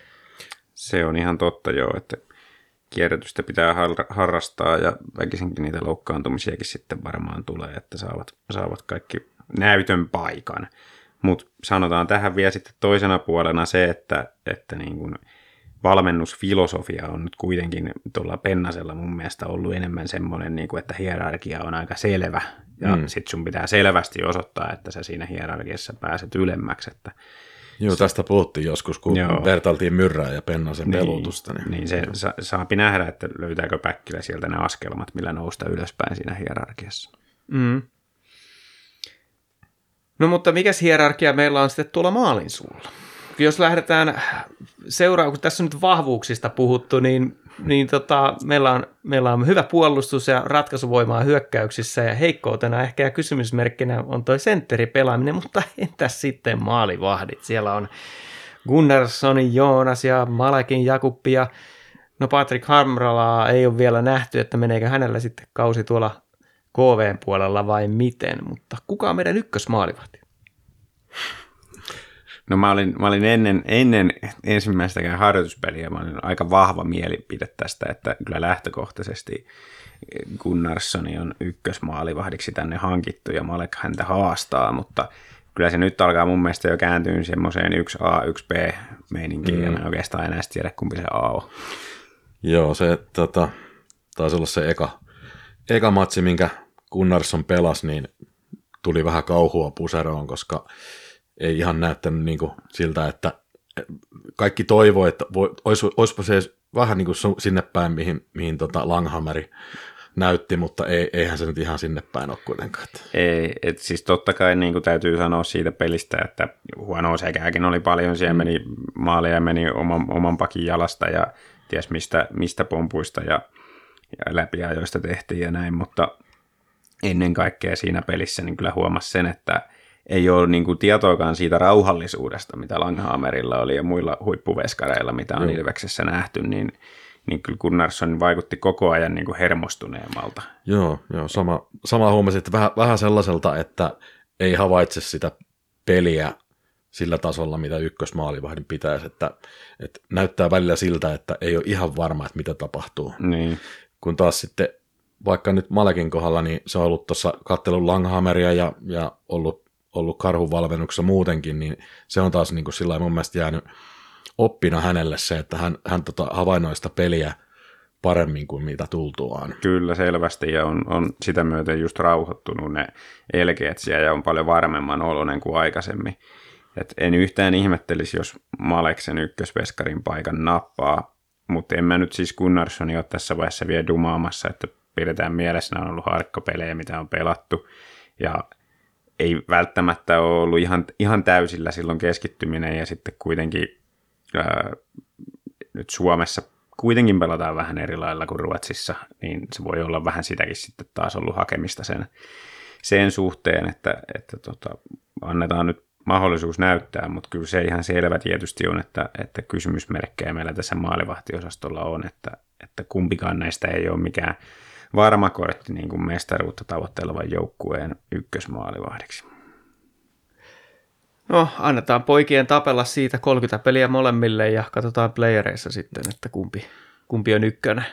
Se on ihan totta joo, että kierrätystä pitää harrastaa ja väkisinkin niitä loukkaantumisiakin sitten varmaan tulee, että saavat, saavat kaikki näytön paikan. Mutta sanotaan tähän vielä sitten toisena puolena se, että, että niin kun valmennusfilosofia on nyt kuitenkin tuolla Pennasella mun mielestä ollut enemmän semmoinen, niin kuin, että hierarkia on aika selvä ja mm. sitten sun pitää selvästi osoittaa, että sä siinä hierarkiassa pääset ylemmäksi. Että Joo, tästä puhuttiin joskus, kun Joo. vertailtiin Myrrää ja Pennasen niin, pelutusta. Niin, niin se sa- saapi nähdä, että löytääkö Päkkilä sieltä ne askelmat, millä nousta ylöspäin siinä hierarkiassa. Mm. No mutta mikäs hierarkia meillä on sitten tuolla maalin suulla? Jos lähdetään seuraamaan, kun tässä on nyt vahvuuksista puhuttu, niin, niin tota, meillä, on, meillä on hyvä puolustus ja ratkaisuvoimaa hyökkäyksissä ja heikkoutena ehkä ja kysymysmerkkinä on toi sentteripelaaminen, mutta entäs sitten maalivahdit? Siellä on Gunnarssonin Joonas ja Malekin Jakubbi ja no Patrik Hamralaa ei ole vielä nähty, että meneekö hänellä sitten kausi tuolla K V:n puolella vai miten, mutta kuka on meidän ykkösmaalivahti? No mä olin, mä olin ennen, ennen ensimmäistäkään harjoituspeliä, mä olin aika vahva mielipide tästä, että kyllä lähtökohtaisesti Gunnarssoni on ykkösmaalivahdiksi tänne hankittu ja Malek häntä haastaa, mutta kyllä se nyt alkaa mun mielestä jo kääntyä semmoiseen yksi A, yksi B-meininkiin mm. ja mä en oikeastaan enää tiedä kumpi se A on. Joo, se tota, taisi olla se eka, eka matsi, minkä Gunnarsson pelasi, niin tuli vähän kauhua puseroon, koska ei ihan näyttänyt niin kuin siltä, että kaikki toivoi, että olisi, olisipa se vähän niin kuin sinne päin, mihin, mihin tota Langhammeri näytti, mutta ei, eihän se nyt ihan sinne päin ole kuitenkaan. Ei, et siis totta kai niin kuin täytyy sanoa siitä pelistä, että huonoa sekääkin oli paljon, siellä mm. meni maaleja, meni oman, oman pakin jalasta ja ties mistä, mistä pompuista ja, ja läpiajoista tehtiin ja näin, mutta ennen kaikkea siinä pelissä niin kyllä huomasi sen, että ei ole niin kuin tietoakaan siitä rauhallisuudesta, mitä Langhammerilla oli ja muilla huippuveskareilla, mitä on mm. Ilveksessä nähty, niin, niin kyllä Gunnarsson vaikutti koko ajan niin kuin hermostuneemmalta. Joo, joo sama, sama huomasin, että vähän, vähän sellaiselta, että ei havaitse sitä peliä sillä tasolla, mitä ykkösmaalivahdin pitäisi, että, että näyttää välillä siltä, että ei ole ihan varma, että mitä tapahtuu. Niin. Kun taas sitten vaikka nyt Malekin kohdalla, niin se on ollut tuossa kattelun Langhammeria ja, ja ollut, ollut karhun valmennuksessa muutenkin, niin se on taas niin kuin sillä mun mielestä jäänyt oppina hänelle se, että hän, hän tota havainnoi sitä peliä paremmin kuin mitä tultuaan. Kyllä, selvästi, ja on, on sitä myöten just rauhoittunut ne elkeet siellä, ja on paljon varmemman oloinen kuin aikaisemmin. Et en yhtään ihmettelisi, jos Maleksen ykkösveskarin paikan nappaa, mutta en mä nyt siis Gunnarssonia ole tässä vaiheessa vielä dumaamassa, että pidetään mielessä, nämä on ollut harkkapelejä, mitä on pelattu, ja ei välttämättä ole ollut ihan, ihan täysillä silloin keskittyminen, ja sitten kuitenkin ää, nyt Suomessa kuitenkin pelataan vähän eri lailla kuin Ruotsissa, niin se voi olla vähän sitäkin sitten taas ollut hakemista sen, sen suhteen, että, että tota, annetaan nyt mahdollisuus näyttää, mutta kyllä se ihan selvä tietysti on, että, että kysymysmerkkejä meillä tässä maalivahtiosastolla on, että, että kumpikaan näistä ei ole mikään varma kortti niin kuin mestaruutta tavoittelevan joukkueen ykkösmaalivahdiksi. No, annetaan poikien tapella siitä kolmekymmentä peliä molemmille ja katsotaan playereissa sitten, että kumpi, kumpi on ykkönen.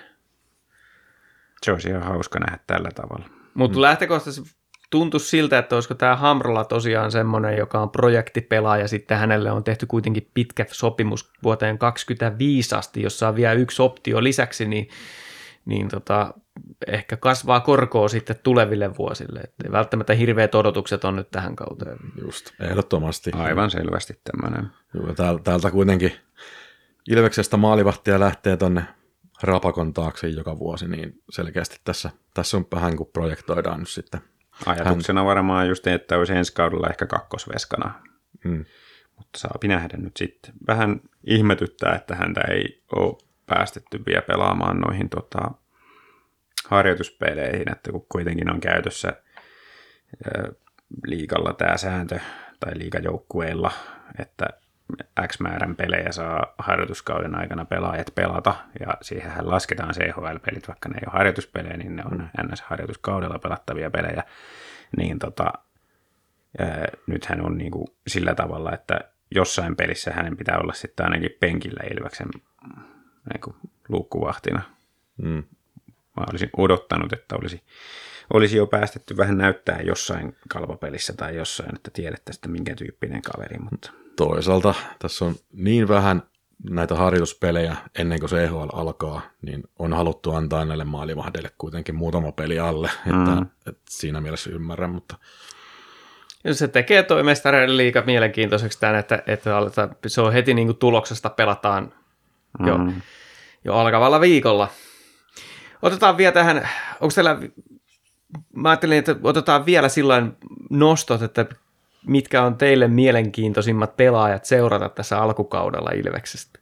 Se olisi ihan hauska nähdä tällä tavalla. Mutta mm. lähtökohtaisesti tuntuisi siltä, että olisiko tämä Hamralla tosiaan semmoinen, joka on projektipelaaja, sitten hänelle on tehty kuitenkin pitkä sopimus vuoteen kaksikymmentäviisi asti, jossa on vielä yksi optio lisäksi, niin, niin tota, ehkä kasvaa korkoa sitten tuleville vuosille. Että välttämättä hirveät odotukset on nyt tähän kauteen. Just, ehdottomasti. Aivan selvästi tämmöinen. Joo, täältä kuitenkin Ilveksestä maalivahtia lähtee tonne Rapakon taakse joka vuosi, niin selkeästi tässä, tässä on vähän kuin projektoidaan nyt sitten. Ajatuksena varmaan just, että olisi ensi kaudella ehkä kakkosveskana, mm. mutta saapi nähdä nyt sitten. Vähän ihmetyttää, että häntä ei ole päästetty vielä pelaamaan noihin tota, harjoituspeleihin, että kun kuitenkin on käytössä ää, liigalla tämä sääntö, tai liigajoukkueilla, että X määrän pelejä saa harjoituskauden aikana pelaajat pelata, ja siihenhän lasketaan C H L-pelit, vaikka ne ei ole harjoituspelejä, niin ne on N S-harjoituskaudella pelattavia pelejä, niin tota, ää, nythän on niinku sillä tavalla, että jossain pelissä hänen pitää olla sitten ainakin penkillä Ilveksen niinku luukkuvahtina. Mm. Mä olisin odottanut, että olisi, olisi jo päästetty vähän näyttää jossain kalpapelissä tai jossain, että tiedettäisiin, että minkä tyyppinen kaveri, mutta toisaalta tässä on niin vähän näitä harjoituspelejä ennen kuin C H L alkaa, niin on haluttu antaa näille maalivahdeille kuitenkin muutama peli alle, että, mm. että siinä mielessä ymmärrän, mutta ja se tekee toi Mestareiden liiga mielenkiintoiseksi tämän, että, että se on heti niin kuin tuloksesta pelataan jo, mm. jo alkavalla viikolla. Otetaan vielä tähän, onko teillä, mä ajattelin, että otetaan vielä sillain nostot, että mitkä on teille mielenkiintoisimmat pelaajat seurata tässä alkukaudella Ilveksestä?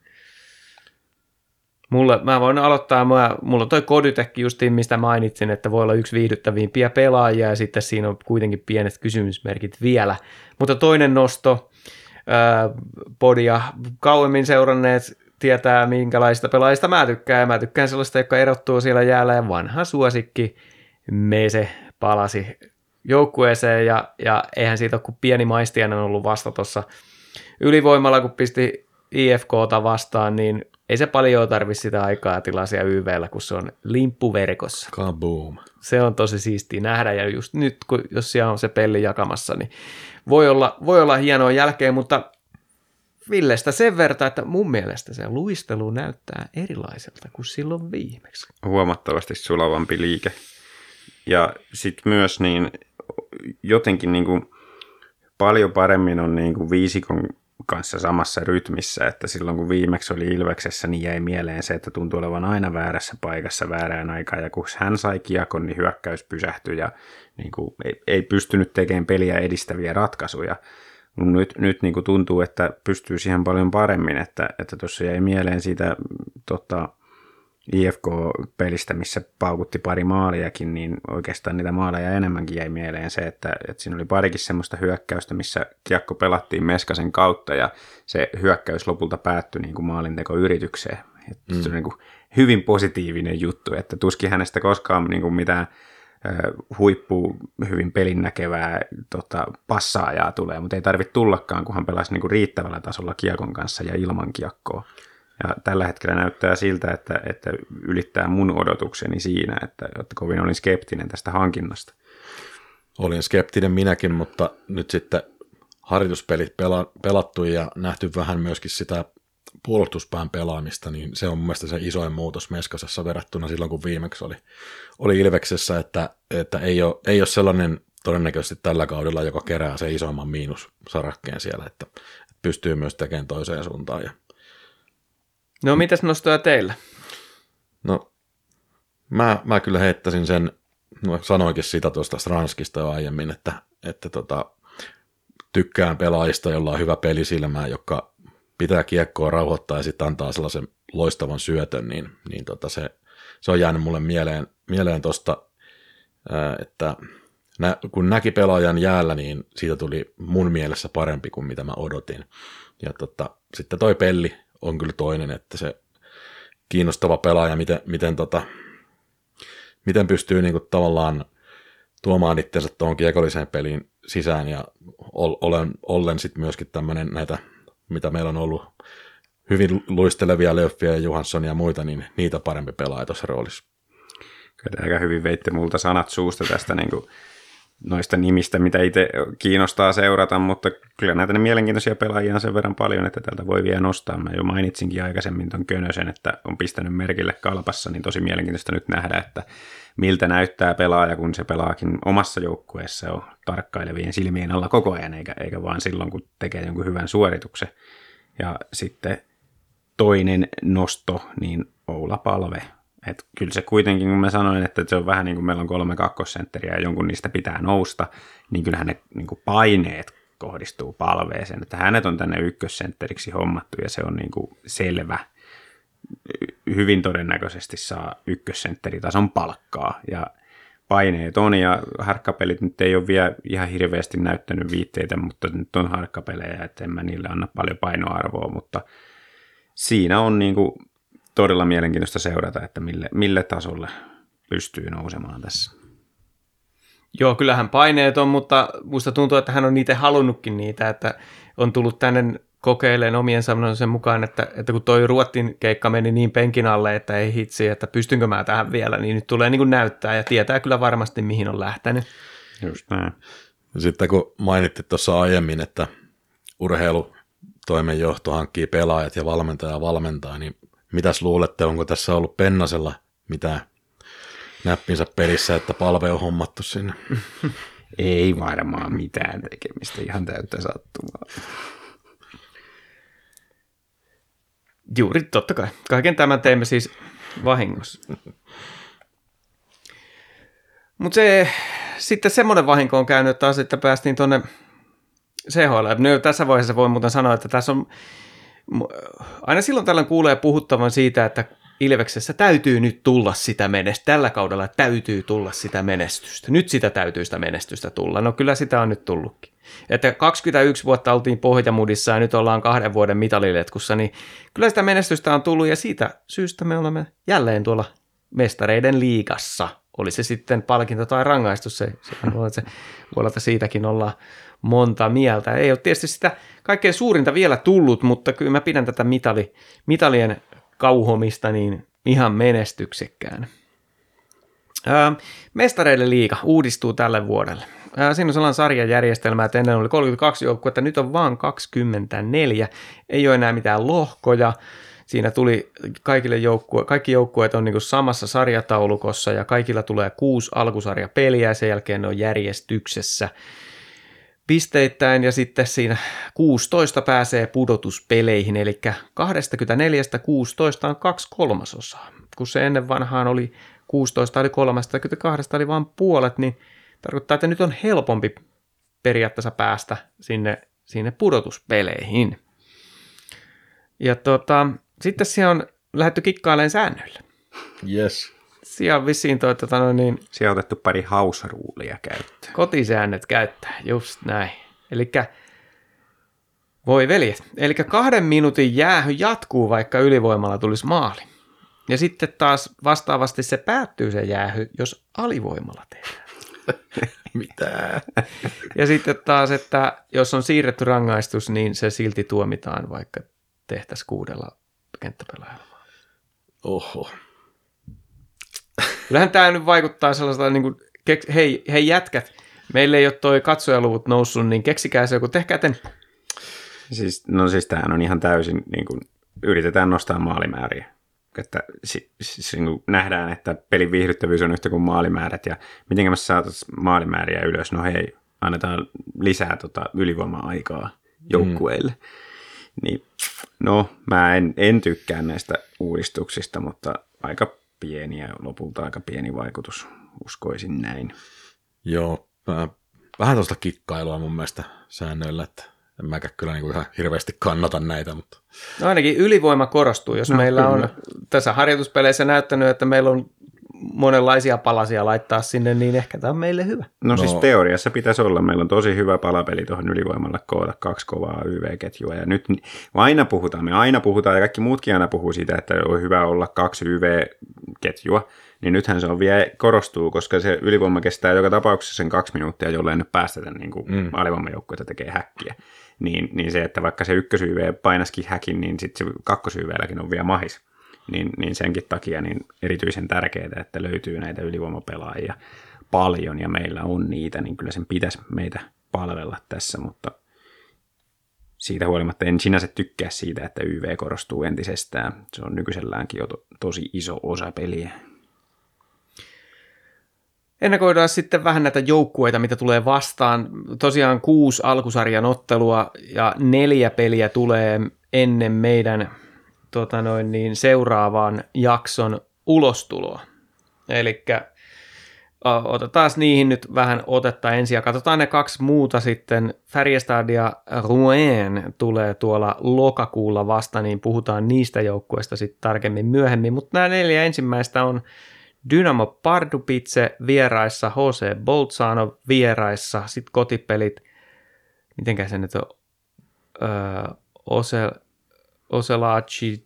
Mulle, mä voin aloittaa, mä, mulla on toi Kodytekki justiin, mistä mainitsin, että voi olla yksi viihdyttävimpiä pelaajia ja sitten siinä on kuitenkin pienet kysymysmerkit vielä. Mutta toinen nosto, ää, podia kauemmin seuranneet tietää, minkälaista pelaajista mä tykkään. Mä tykkään sellaista, joka erottuu siellä jäällä ja vanha suosikki Mese palasi joukkueeseen ja, ja eihän siitä ole kuin pieni maistiainen ollut vasta tuossa ylivoimalla, kun pisti I F K:ta vastaan, niin ei se paljon tarvitse sitä aikaa ja tilaa siellä Y V:llä, kun se on limppuverkossa. Kaboom. Se on tosi siistiä nähdä ja just nyt, kun, jos siellä on se pelli jakamassa, niin voi olla, voi olla hienoa jälkeen, mutta Villestä sen verran, että mun mielestä se luistelu näyttää erilaiselta kuin silloin viimeksi. Huomattavasti sulavampi liike. Ja sitten myös niin jotenkin niin kuin paljon paremmin on niin kuin viisikon kanssa samassa rytmissä, että silloin kun viimeksi oli Ilveksessä, niin jäi mieleen se, että tuntui olevan aina väärässä paikassa väärään aikaan, ja kun hän sai kiekon, niin hyökkäys pysähtyi, ja niin kuin ei, ei pystynyt tekemään peliä edistäviä ratkaisuja. Nyt, nyt niin kuin tuntuu, että pystyy siihen paljon paremmin, että tuossa jäi mieleen siitä tota, I F K-pelistä, missä paukutti pari maaliakin, niin oikeastaan niitä maaleja enemmänkin jäi mieleen se, että, että siinä oli parikin semmoista hyökkäystä, missä kiekko pelattiin Meskasen kautta ja se hyökkäys lopulta päättyi niin kuin maalintekoyritykseen. Mm. Se on niin kuin hyvin positiivinen juttu, että tuskin hänestä koskaan niin kuin mitään huippu hyvin pelinnäkevää tota, passaajaa tulee, mutta ei tarvitse tullakaan, kunhan pelasi niin kuin riittävällä tasolla kiekon kanssa ja ilman kiekkoa. Ja tällä hetkellä näyttää siltä, että, että ylittää mun odotukseni siinä, että, että kovin olin skeptinen tästä hankinnasta. Olin skeptinen minäkin, mutta nyt sitten harjoituspelit pela, pelattu ja nähty vähän myöskin sitä puolustuspään pelaamista, niin se on mun mielestä se isoin muutos Meskasessa verrattuna silloin, kun viimeksi oli, oli Ilveksessä, että, että ei, ole, ei ole sellainen todennäköisesti tällä kaudella, joka kerää se isoimman miinussarakkeen siellä, että pystyy myös tekemään toiseen suuntaan. Ja... No mitäs nostoja teillä? No mä, mä kyllä heittäisin sen, no, sanoinkin sitä tuosta Stranskista jo aiemmin, että, että tota, tykkään pelaajista, jolla on hyvä pelisilmää, joka pitää kiekkoa rauhoittaa ja sitten antaa sellaisen loistavan syötön, niin, niin tota se, se on jäänyt mulle mieleen, mieleen tuosta, että nä, kun näki pelaajan jäällä, niin siitä tuli mun mielessä parempi kuin mitä mä odotin. Ja tota, sitten toi Pelli on kyllä toinen, että se kiinnostava pelaaja, miten, miten, tota, miten pystyy niinku tavallaan tuomaan itsensä tuohon kiekolliseen peliin sisään ja olen, ollen sitten myöskin tämmöinen näitä, mitä meillä on ollut hyvin luistelevia Löffiä ja Johanssonia ja muita, niin niitä parempi pelaaja tuossa roolissa. Kyllä aika hyvin veitte multa sanat suusta tästä niin kuin noista nimistä, mitä itse kiinnostaa seurata, mutta kyllä näitä ne mielenkiintoisia pelaajia on sen verran paljon, että tältä voi vielä nostaa. Mä jo mainitsinkin aikaisemmin ton Könösen, että on pistänyt merkille Kalpassa, niin tosi mielenkiintoista nyt nähdä, että miltä näyttää pelaaja, kun se pelaakin omassa joukkueessa on tarkkailevien silmien alla koko ajan, eikä, eikä vaan silloin, kun tekee jonkun hyvän suorituksen. Ja sitten toinen nosto, niin Oula Palve. Et kyllä se kuitenkin, kun mä sanoin, että se on vähän niin kuin meillä on kolme kakkossentteriä ja jonkun niistä pitää nousta, niin kyllähän ne niin kuin paineet kohdistuu Palveeseen. Että hänet on tänne ykkössentteriksi hommattu ja se on niin kuin selvä. Hyvin todennäköisesti saa ykkössentteritason palkkaa ja paineet on ja harkkapelit nyt ei ole vielä ihan hirveästi näyttänyt viitteitä, mutta nyt on harkkapelejä, että en mä niille anna paljon painoarvoa, mutta siinä on niin kuin todella mielenkiintoista seurata, että mille, mille tasolle pystyy nousemaan tässä. Joo, kyllähän paineet on, mutta musta tuntuu, että hän on niitä halunnutkin niitä, että on tullut tänne kokeilemaan omien sanojensa mukaan, että, että kun toi Ruottin keikka meni niin penkin alle, että ei hitsi, että pystynkö mä tähän vielä, niin nyt tulee niin kuin näyttää ja tietää kyllä varmasti, mihin on lähtenyt. Just näin. Sitten kun mainittiin tuossa aiemmin, että urheilutoimenjohto hankkii pelaajat ja valmentaja valmentaa, niin mitäs luulette, onko tässä ollut Pennasella mitään näppinsä pelissä, että Palve on hommattu sinne? Ei varmaan mitään tekemistä, ihan täyttä sattumaa. Juuri, totta kai. Kaiken tämän teimme siis vahingossa. Mutta se, sitten semmoinen vahinko on käynyt taas, että päästiin tuonne C H L. No, tässä vaiheessa voi muuten sanoa, että tässä on, aina silloin tällöin kuulee puhuttavan siitä, että Ilveksessä täytyy nyt tulla sitä menestystä. Tällä kaudella täytyy tulla sitä menestystä. Nyt sitä täytyy sitä menestystä tulla. No kyllä sitä on nyt tullutkin. Että kaksikymmentäyksi vuotta oltiin Pohjamudissa ja nyt ollaan kahden vuoden mitaliletkussa, niin kyllä sitä menestystä on tullut ja siitä syystä me olemme jälleen tuolla mestareiden liigassa. Oli se sitten palkinto tai rangaistus, se, se, se voi olla, että siitäkin ollaan monta mieltä. Ei ole tietysti sitä kaikkein suurinta vielä tullut, mutta kyllä mä pidän tätä mitali, mitalien kauhomista niin ihan menestyksekkään. Ää, mestareiden liiga uudistuu tälle vuodelle. Ää, siinä on sellainen sarjajärjestelmä, että ennen oli kolmekymmentäkaksi joukkuetta, nyt on vaan kaksikymmentäneljä. Ei ole enää mitään lohkoja. Siinä tuli kaikille joukkue, kaikki joukkueet on niin kuin samassa sarjataulukossa ja kaikilla tulee kuusi alkusarjapeliä ja sen jälkeen ne on järjestyksessä pisteittäin ja sitten siinä kuusitoista pääsee pudotuspeleihin, eli kaksikymmentäneljä kuusitoista on kaksi kolmasosaa. Kun se ennen vanhaan oli kuusitoista oli kolmekymmentäkaksi oli vain puolet, niin tarkoittaa, että nyt on helpompi periaatteessa päästä sinne, sinne pudotuspeleihin. Ja tota, sitten siellä on lähdetty kikkailemaan säännöillä. Yes. Siellä on vissiin toi, tota, no niin, siellä on otettu pari house ruleja käyttöön. Kotisäännöt käyttää, just näin. Elikkä, voi veljet, elikkä kahden minuutin jäähy jatkuu, vaikka ylivoimalla tulisi maali. Ja sitten taas vastaavasti se päättyy se jäähy, jos alivoimalla tehdään. Mitä? Ja sitten taas, että jos on siirretty rangaistus, niin se silti tuomitaan, vaikka tehtäisiin kuudella kenttäpelaajalla. Oho. Kyllähän tämä nyt vaikuttaa sellaiselta, niin kuin, keks, hei, hei jätkät, meillä ei ole toi katsojaluvut noussut, niin keksikää se joku, tehkää temppu. Siis, no siis tämähän on ihan täysin, niin kuin, yritetään nostaa maalimääriä. Että si, si, niin nähdään, että pelin viihdyttävyys on yhtä kuin maalimäärät, ja miten me saataisiin maalimääriä ylös, no hei, annetaan lisää tota, ylivoima-aikaa joukkueille. Mm. Niin, no, mä en, en tykkää näistä uudistuksista, mutta aika pieni ja lopulta aika pieni vaikutus, uskoisin näin. Joo, mä, vähän tuosta kikkailua mun mielestä säännöillä, että en mäkään kyllä niin kuin ihan hirveästi kannata näitä, mutta... No ainakin ylivoima korostuu, jos no, meillä kyllä. on tässä harjoituspeleissä näyttänyt, että meillä on monenlaisia palasia laittaa sinne, niin ehkä tämä on meille hyvä. No, no siis teoriassa pitäisi olla. Meillä on tosi hyvä palapeli tuohon ylivoimalle koota kaksi kovaa Y V-ketjua. Ja nyt aina puhutaan, me aina puhutaan, ja kaikki muutkin aina puhuu siitä, että on hyvä olla kaksi Y V-ketjua. Niin nythän se on vielä korostuu, koska se ylivoima kestää joka tapauksessa sen kaksi minuuttia, jollei nyt päästetä niin kuin mm. alivoimajoukkueita tekee häkkiä. Niin, niin se, että vaikka se ykkös-Y V painaskin häkin, niin sitten se kakkos-Y V:lläkin on vielä mahis. Niin, niin senkin takia niin erityisen tärkeää, että löytyy näitä ylivoimapelaajia paljon ja meillä on niitä, niin kyllä sen pitäisi meitä palvella tässä, mutta siitä huolimatta en sinänsä tykkää siitä, että Y V korostuu entisestään. Se on nykyiselläänkin jo to, tosi iso osa peliä. Ennakoidaan sitten vähän näitä joukkueita, mitä tulee vastaan. Tosiaan kuusi alkusarjan ottelua ja neljä peliä tulee ennen meidän tota noin, niin seuraavan jakson ulostuloa. Eli otetaan niihin nyt vähän otetta ensin ja katsotaan ne kaksi muuta sitten. Färjestad ja Rouen tulee tuolla lokakuulla vasta, niin puhutaan niistä joukkueista sitten tarkemmin myöhemmin. Mutta nämä neljä ensimmäistä on Dynamo Pardubice vieraissa, H C Bolzano vieraissa, sitten kotipelit, mitenkä se nyt on, öö, Osel, Oselaci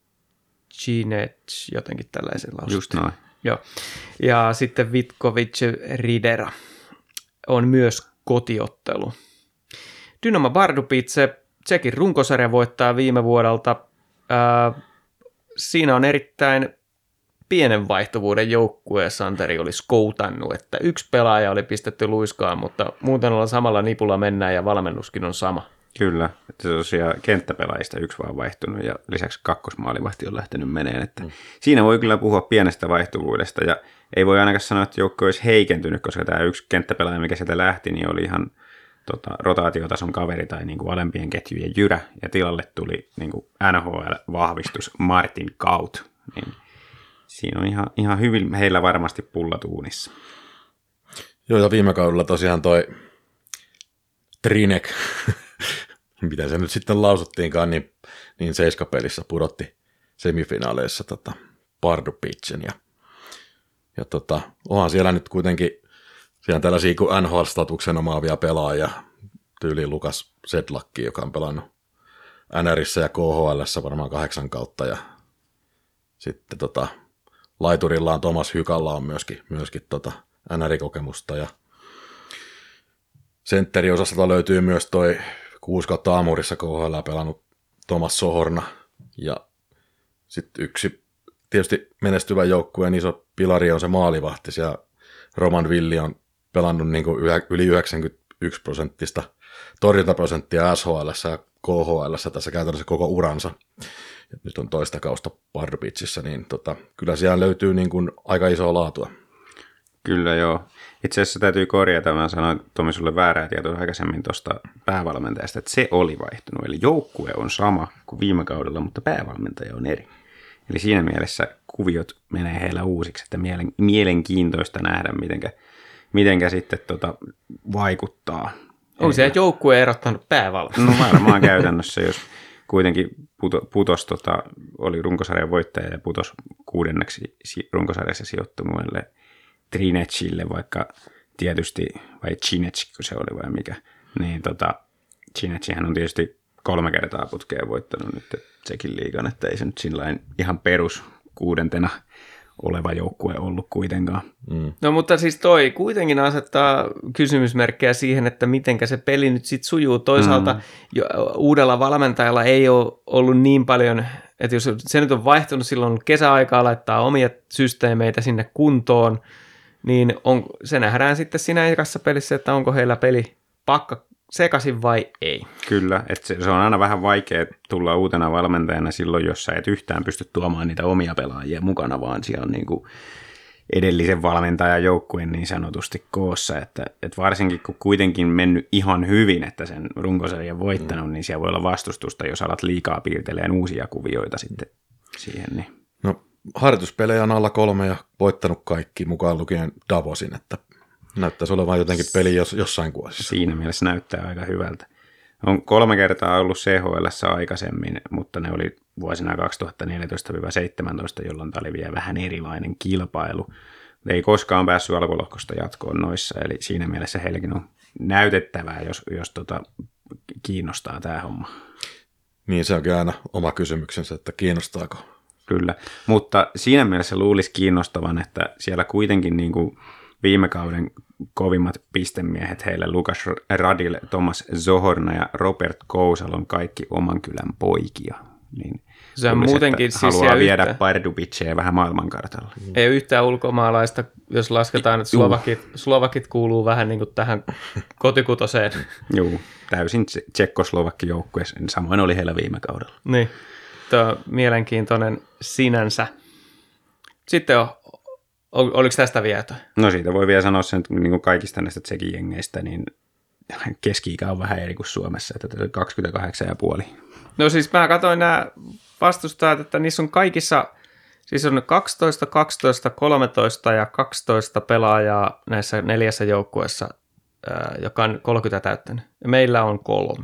Cinec, jotenkin tällaisen lausutaan. Just noin. Joo. Ja sitten Vitkovic Ridera on myös kotiottelu. Dynamo Pardubice, Tsekin runkosarja voittaa viime vuodelta. Öö, siinä on erittäin pienen vaihtuvuuden joukkue. Santeri oli skoutannut, että yksi pelaaja oli pistetty luiskaan, mutta muuten ollaan samalla nipulla mennään ja valmennuskin on sama. Kyllä, että tosiaan kenttäpelaajista yksi vaan vaihtunut ja lisäksi kakkosmaalivahti on lähtenyt meneen. Että mm. Siinä voi kyllä puhua pienestä vaihtuvuudesta ja ei voi ainakaan sanoa, että joukko olisi heikentynyt, koska tämä yksi kenttäpelaaja, mikä sieltä lähti, niin oli ihan tota, rotaatiotason kaveri tai niin kuin alempien ketjujen jyrä ja tilalle tuli niin kuin N H L-vahvistus Martin Kaut. Niin siinä on ihan, ihan hyvin heillä varmasti pullatuunissa. Joo, ja viime kaudella tosiaan toi Trinek, mitä se nyt sitten lausuttiinkaan, niin, niin seiskapelissä pudotti semifinaaleissa tota Pardubicen. Ja, ja tota, onhan siellä nyt kuitenkin siellä on tällaisia kuin N H L-statuksen omaavia pelaajia, tyyli Lukas Sedlakki, joka on pelannut N R:ssä ja K H L:ssä varmaan kahdeksan kautta, ja sitten tota, laiturilla on Tomas Hykalla on myöskin, myöskin tota N R-kokemusta, ja sentteriosasta löytyy myös toi kuusi kautta Amurissa K H L pelannut Tomas Sohorna, ja sitten yksi tietysti menestyvä joukkueen iso pilari on se maalivahti, ja Roman Villi on pelannut niin kuin yli yhdeksänkymmentäyksi prosenttista torjuntaprosenttia S H L:ssä ja K H L:ssä tässä käytännössä koko uransa. Ja nyt on toista kausta Pardubicissa, niin tota, kyllä siellä löytyy niin kuin aika isoa laatua. Kyllä joo. Itse asiassa täytyy korjata, mä sanoin Tomi sulle väärää tietoa aikaisemmin tuosta päävalmentajasta, että se oli vaihtunut. Eli joukkue on sama kuin viime kaudella, mutta päävalmentaja on eri. Eli siinä mielessä kuviot menee heillä uusiksi, että mielen, mielenkiintoista nähdä, mitenkä, mitenkä sitten tota vaikuttaa. Onko se joukkue erottanut päävalmentaja? No varmaan käytännössä, jos kuitenkin puto, putos, tota, oli runkosarjan voittaja ja putos kuudenneksi runkosarjassa sijoittuneelle Trinecille, vaikka tietysti, vai Cinec, kun se oli vai mikä, niin tota, Cinecihän on tietysti kolme kertaa putkeen voittanut nyt Tsekin liigan, että ei se nyt sillain ihan perus kuudentena oleva joukkue ollut kuitenkaan. Mm. No mutta siis toi kuitenkin asettaa kysymysmerkkejä siihen, että mitenkä se peli nyt sitten sujuu. Toisaalta mm. jo, uudella valmentajalla ei ole ollut niin paljon että jos se nyt on vaihtunut silloin kesäaikaa laittaa omia systeemeitä sinne kuntoon, niin on, se nähdään sitten siinä ekassa pelissä, että onko heillä peli pakka sekaisin vai ei. Kyllä, että se, se on aina vähän vaikea tulla uutena valmentajana silloin, jos sä et yhtään pysty tuomaan niitä omia pelaajia mukana, vaan siellä on niin kuin edellisen valmentajan joukkueen niin sanotusti koossa, että, että varsinkin kun kuitenkin mennyt ihan hyvin, että sen runkosarjan voittanut, mm. niin siellä voi olla vastustusta, jos alat liikaa piirtelemään uusia kuvioita sitten siihen. Niin. No harjoituspelejä on alla kolme ja voittanut kaikki mukaan lukien Davosin, että näyttäisi olevan jotenkin peli jos, jossain kuosissa. Siinä mielessä näyttää aika hyvältä. On kolme kertaa ollut C H L:ssä aikaisemmin, mutta ne oli vuosina kaksituhattaneljätoista seitsemäntoista, jolloin tämä oli vielä vähän erilainen kilpailu. Ei koskaan päässyt alkulohkosta jatkoon noissa, eli siinä mielessä heilläkin on näytettävää, jos, jos tota, kiinnostaa tämä homma. Niin, se onkin aina oma kysymyksensä, että kiinnostaako. Kyllä, mutta siinä mielessä luulisi kiinnostavan, että siellä kuitenkin niin kuin viime kauden kovimmat pistemiehet heille, Lukas Radil, Thomas Zohorna ja Robert Kousal on kaikki oman kylän poikia. Niin se on muutenkin siis haluaa viedä yhtä, Pardubicea vähän maailmankartalla. Ei yhtään ulkomaalaista, jos lasketaan, että slovakit, slovakit kuuluu vähän niin kuin tähän kotikutoseen. Joo, täysin tsekkoslovakki joukkue, samoin oli heillä viime kaudella. Niin, tuo on mielenkiintoinen sinänsä. Sitten on, oliko tästä vietoa? No siitä voi vielä sanoa sen, niin kuin kaikista näistä tsekin jengeistä, niin keski-ikä on vähän eri kuin Suomessa, että kaksikymmentäkahdeksan ja puoli. No siis mä katsoin nämä vastustajat, että niissä on kaikissa, siis on kaksitoista, kaksitoista, kolmetoista ja kaksitoista pelaajaa näissä neljässä joukkueessa, joka on kolmekymmentä täyttänyt. Ja meillä on kolme.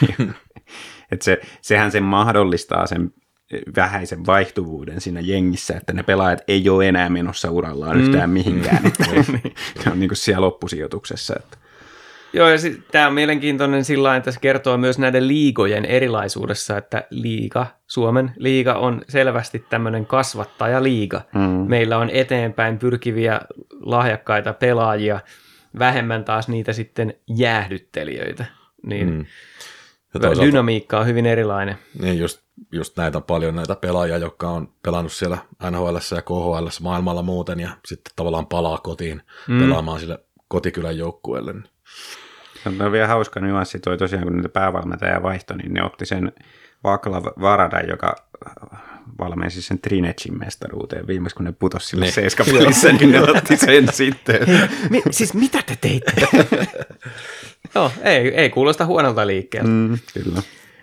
Et se, sehän sen mahdollistaa sen vähäisen vaihtuvuuden siinä jengissä, että ne pelaajat ei ole enää menossa urallaan mm. yhtään mihinkään. Että ne on niin kuin siellä loppusijoituksessa. Että. Joo, ja tämä on mielenkiintoinen sillä lailla, että se kertoo myös näiden liigojen erilaisuudessa, että liiga, Suomen liiga on selvästi tämmöinen kasvattajaliiga. Mm. Meillä on eteenpäin pyrkiviä lahjakkaita pelaajia, vähemmän taas niitä sitten jäähdyttelijöitä. Niin mm. toisaalta, dynamiikka on hyvin erilainen. Niin, just, just näitä paljon näitä pelaajia, jotka on pelannut siellä N H L:ssä ja K H L:ssä maailmalla muuten, ja sitten tavallaan palaa kotiin mm. pelaamaan sille kotikylän joukkueelle. Se on vielä hauska nyanssi toi tosiaan, kun niitä päävalmentaja vaihtoi, niin ne otti sen Vaclav Varadan, joka valmensi sen Trinecin mestaruuteen viimeksi, kun ne putosi sille seiskapelissä, niin ne otti sen sitten. Hei, mi, siis mitä te teitte? Joo, ei, ei kuulosta huonolta liikkeeltä. Mm, kyllä.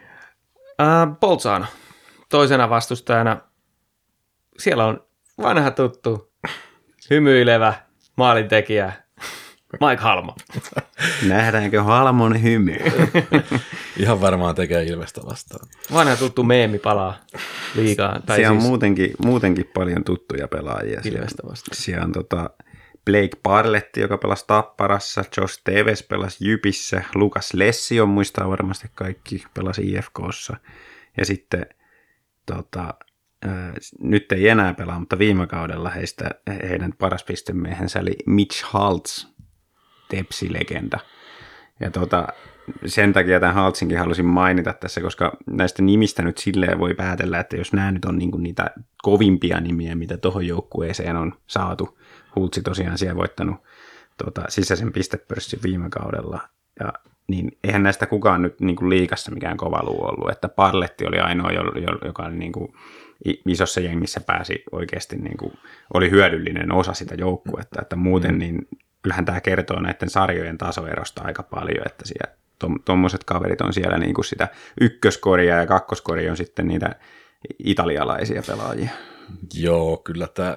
Uh, Bolzano, toisena vastustajana, siellä on vanha tuttu, hymyilevä maalintekijä, Mike Halmo. Nähdäänkö Halmon hymy? Ihan varmaan tekee Ilvestä vastaan. Vanha tuttu meemi palaa liigaan. Tai siellä siis on muutenkin, muutenkin paljon tuttuja pelaajia. Ilvestä vastaan. Siellä on tota Blake Parletti, joka pelasi Tapparassa, Josh Teves pelasi Jypissä, Lukas Lessi on muistaa varmasti kaikki, pelasi I F K:ssa. Ja sitten tota, ää, nyt ei enää pelaa, mutta viime kaudella heistä, heidän paras pistemiehensä oli Mitch Haltz, Tepsi-legenda. Ja tota, sen takia tämän Haltzinkin halusin mainita tässä, koska näistä nimistä nyt silleen voi päätellä, että jos nämä nyt on niinku niitä kovimpia nimiä, mitä tuohon joukkueeseen on saatu. Hultsi tosiaan siellä voittanut tota, sisäisen pistepörssin viime kaudella. Ja, niin eihän näistä kukaan nyt niinku liigassa mikään kova luu ollut. Että Parletti oli ainoa, joka oli niinku isossa jengissä pääsi oikeasti, niinku, oli hyödyllinen osa sitä joukkuetta. Että muuten niin kyllähän tämä kertoo näiden sarjojen tasoerosta aika paljon, että siellä tuommoiset kaverit on siellä niin kuin sitä ykköskoria ja kakkoskoria on sitten niitä italialaisia pelaajia. Joo, kyllä tämä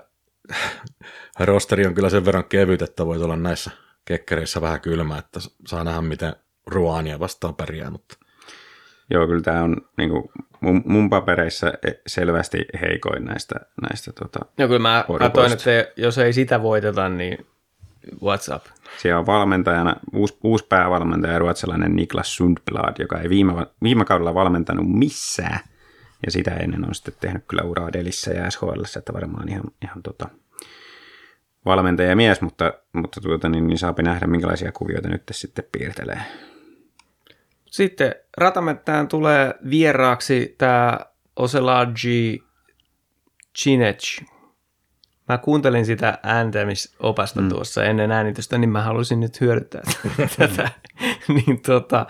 rosteri on kyllä sen verran kevyt, että voi olla näissä kekkereissä vähän kylmä, että saa nähdä, miten Ruania vastaan pärjää. Mutta. Joo, kyllä tämä on niin kuin mun, mun papereissa selvästi heikoin näistä, näistä tota, Joo, kyllä mä katsoin, että jos ei sitä voiteta, niin what's up? Siellä on valmentajana uusi, uusi päävalmentaja, ruotsalainen Niklas Sundblad, joka ei viime, viime kaudella valmentanut missään. Ja sitä ennen on sitten tehnyt kyllä uraa Delissä ja S H L:ssä, että varmaan ihan, ihan tota, valmentajamies, mutta, mutta tuota, niin, niin saapi nähdä, minkälaisia kuvioita nyt sitten piirtelee. Sitten Ratamettään tulee vieraaksi tämä Oselagi Cinec. Mä kuuntelin sitä ääntämisopasta mm. tuossa ennen äänitystä, niin mä halusin nyt hyödyttää tätä. niin tota,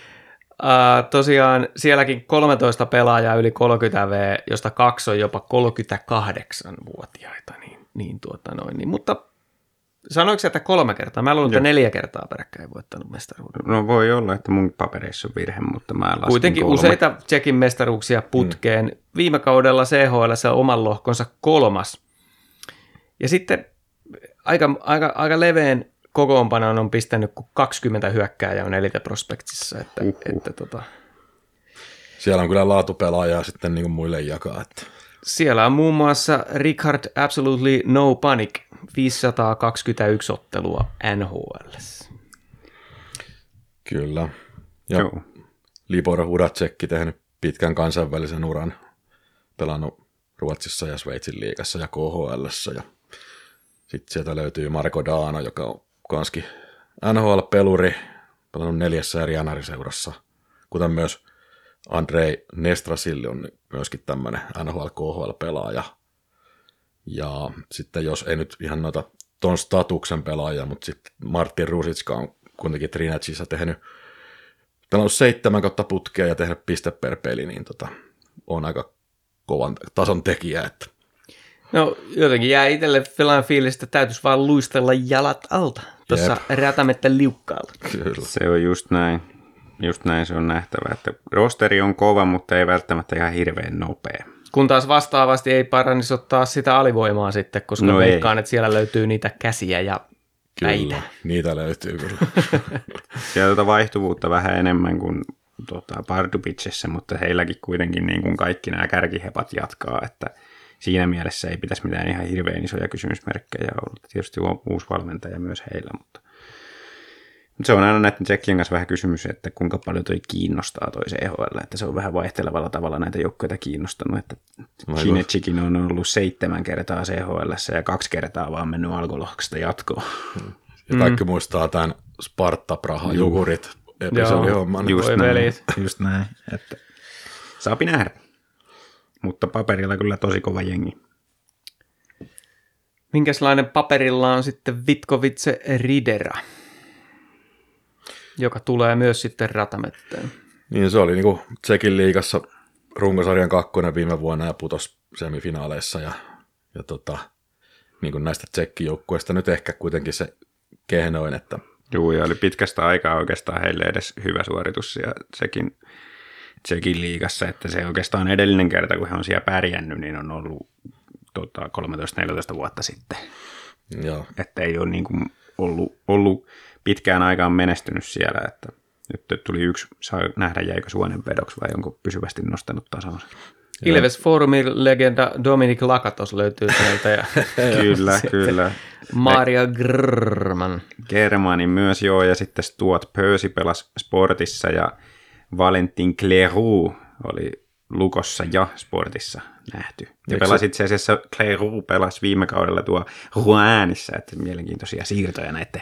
uh, tosiaan sielläkin kolmetoista pelaajaa yli kolmekymmentä vuotta, josta kaksi on jopa kolmekymmentäkahdeksanvuotiaita. Niin, niin tuota noin. Niin, mutta sanoiko että kolme kertaa? Mä luulen, että neljä kertaa peräkkäin voittanut mestaruuden. No voi olla, että mun papereissa on virhe, mutta mä laskin Kuitenkin kolme. Useita Tsekin mestaruuksia putkeen. Mm. Viime kaudella C H L se on oman lohkonsa kolmas. Ja sitten aika, aika, aika leveän kokoonpanon on pistänyt, kun kaksikymmentä hyökkääjää on Elite Prospectsissa. Että, uhuh. että, tota, siellä on kyllä laatupelaajaa sitten niin kuin muille jakaa. Että. Siellä on muun muassa Richard Absolutely No Panic, viisisataakaksikymmentäyksi ottelua N H L:ssä. Kyllä. Ja Joo. Libor Hudacek tehnyt pitkän kansainvälisen uran, pelannut Ruotsissa ja Sveitsin liigassa ja K H L:ssä. Ja sitten sieltä löytyy Marko Daano, joka on kanskin N H L-peluri, pelannut neljässä eri N R-seurassa, kuten myös Andrei Nestrasilli on myöskin tämmöinen N H L-K H L-pelaaja. Ja sitten jos ei nyt ihan noita ton statuksen pelaaja, mutta sitten Martin Rusitska on kuitenkin Trinacissa tehnyt, pelannut seitsemän kautta putkea ja tehnyt piste per peli, niin tota, on aika kovan tason tekijä. Että. No jotenkin jää itselle sellainen fiilis, että täytyisi vaan luistella jalat alta tuossa rätämettä liukkaalla. Kyllä. Se on just näin. Just näin se on nähtävä, että rosteri on kova, mutta ei välttämättä ihan hirveän nopea. Kun taas vastaavasti ei parannisi ottaa sitä alivoimaa sitten, koska no veikkaan, että siellä löytyy niitä käsiä ja päitä. Kyllä, niitä löytyy kyllä. Sieltä vaihtuvuutta vähän enemmän kuin tota, Pardubicissa, mutta heilläkin kuitenkin niin kuin kaikki nämä kärkihepat jatkaa, että siinä mielessä ei pitäisi mitään ihan hirveän isoja kysymysmerkkejä olla. Tietysti on uusi valmentaja myös heillä, mutta se on aina näiden tsekkien kanssa vähän kysymys, että kuinka paljon toi kiinnostaa toi C H L, että se on vähän vaihtelevalla tavalla näitä joukkoja kiinnostanut, että Cinecikin on ollut seitsemän kertaa C H L:ssä ja kaksi kertaa vaan mennyt alkolohkasta jatkoon. Ja kaikki mm. muistaa tämän Sparta Praha Jukurit episodihomman. Just näin, just näin, että saapi nähdä, mutta paperilla kyllä tosi kova jengi. Minkälainen paperilla on sitten Vitkovitse Ridera, joka tulee myös sitten ratametteen? Niin se oli niin kuin Tsekin liigassa runkosarjan kakkonen viime vuonna ja putosi semifinaaleissa ja, ja tota, niin kuin näistä tsekkijoukkueista nyt ehkä kuitenkin se kehnoin, että Joo, ja oli pitkästä aikaa oikeastaan heille edes hyvä suoritus ja Tsekin, Tsekin liigassa, että se oikeastaan edellinen kerta, kun he on siellä pärjännyt, niin on ollut tota, kolmetoista neljätoista vuotta sitten. Joo. Että ei ole niin kuin ollut, ollut pitkään aikaan menestynyt siellä, että nyt tuli yksi, saa nähdä jäikö suonen vedoksi vai onko pysyvästi nostanut tasonsa. Ilves Forumin legenda Dominik Lakatos löytyy sieltä. Ja kyllä, kyllä. Maria Grrman. Germanin myös joo, ja sitten Stuart Percy pelasi Sportissa ja Valentin Cleroux oli Lukossa ja Sportissa nähty. Ja Eikö pelasi itse asiassa, Cleroux pelasi viime kaudella tuo Rouenissa, että mielenkiintoisia siirtoja näiden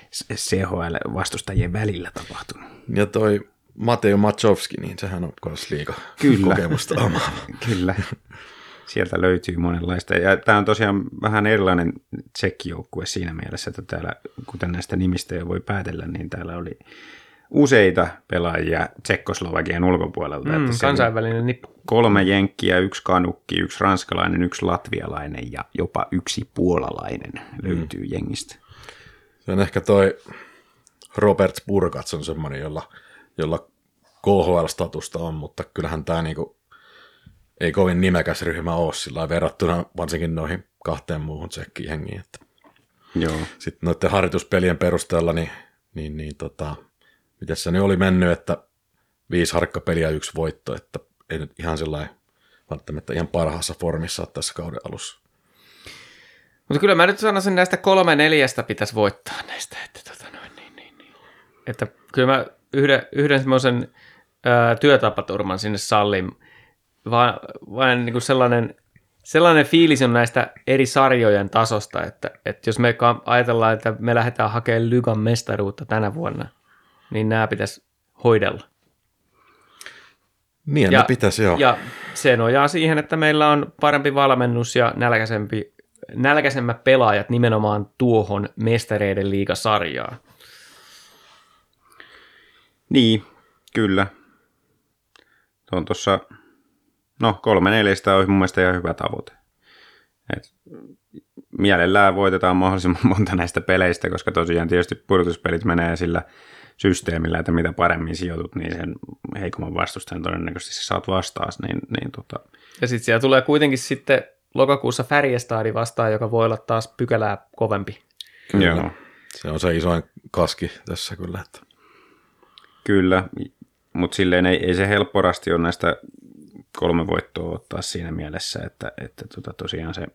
C H L-vastustajien välillä tapahtunut. Ja toi Mateo Machovski, niin sehän on myös liiga kokemusta omaa. Kyllä, sieltä löytyy monenlaista. Ja tämä on tosiaan vähän erilainen tsekkijoukkue siinä mielessä, että täällä, kuten näistä nimistä jo voi päätellä, niin täällä oli useita pelaajia Tsekkoslovakian ulkopuolelta. Mm, että kansainvälinen nippu. Kolme jenkkiä, yksi kanukki, yksi ranskalainen, yksi latvialainen ja jopa yksi puolalainen löytyy mm. jengistä. Se on ehkä toi Robert Burgats on semmoinen, jolla, jolla K H L-statusta on, mutta kyllähän tämä niinku ei kovin nimekäs ryhmä ole sillä verrattuna varsinkin noihin kahteen muuhun tsekkijengiin. Joo. Sitten noiden harjoituspelien perusteella, niin, niin, niin tota, miten se nyt oli mennyt, että viisi harkkapeliä ja yksi voitto, että ei nyt ihan sellainen välttämättä ihan parhaassa formissa ole tässä kauden alussa. Mutta kyllä mä nyt sanoisin, näistä kolme neljästä pitäisi voittaa näistä. Että, tota noin, niin, niin, niin. että kyllä mä yhden, yhden semmoisen ää, työtapaturman sinne sallin, vaan, vaan niin kuin sellainen, sellainen fiilis on näistä eri sarjojen tasosta, että, että jos me ajatellaan, että me lähdetään hakemaan Lygan mestaruutta tänä vuonna, niin nämä pitäisi hoidella. Niin, ja, ne pitäisi, joo. Ja se nojaa siihen, että meillä on parempi valmennus ja nälkäisempi, nälkäisemmät pelaajat nimenomaan tuohon mestareiden liigasarjaan. Niin, kyllä. Se on tuossa, no kolme neljästä on mun mielestä ihan hyvä tavoite. Et mielellään voitetaan mahdollisimman monta näistä peleistä, koska tosiaan tietysti pudotuspelit menee sillä systeemillä, että mitä paremmin sijoitut, niin sen heikomman vastustajan todennäköisesti sä saat vastaan. Niin, niin tota. Ja sitten siellä tulee kuitenkin sitten lokakuussa Färjestadi vastaan, joka voi olla taas pykälää kovempi. Kyllä. Joo. Se on se isoin kaski tässä kyllä. Että. Kyllä, mutta silleen ei, ei se helpporasti ole näistä kolme voittoa ottaa siinä mielessä, että, että tota tosiaan se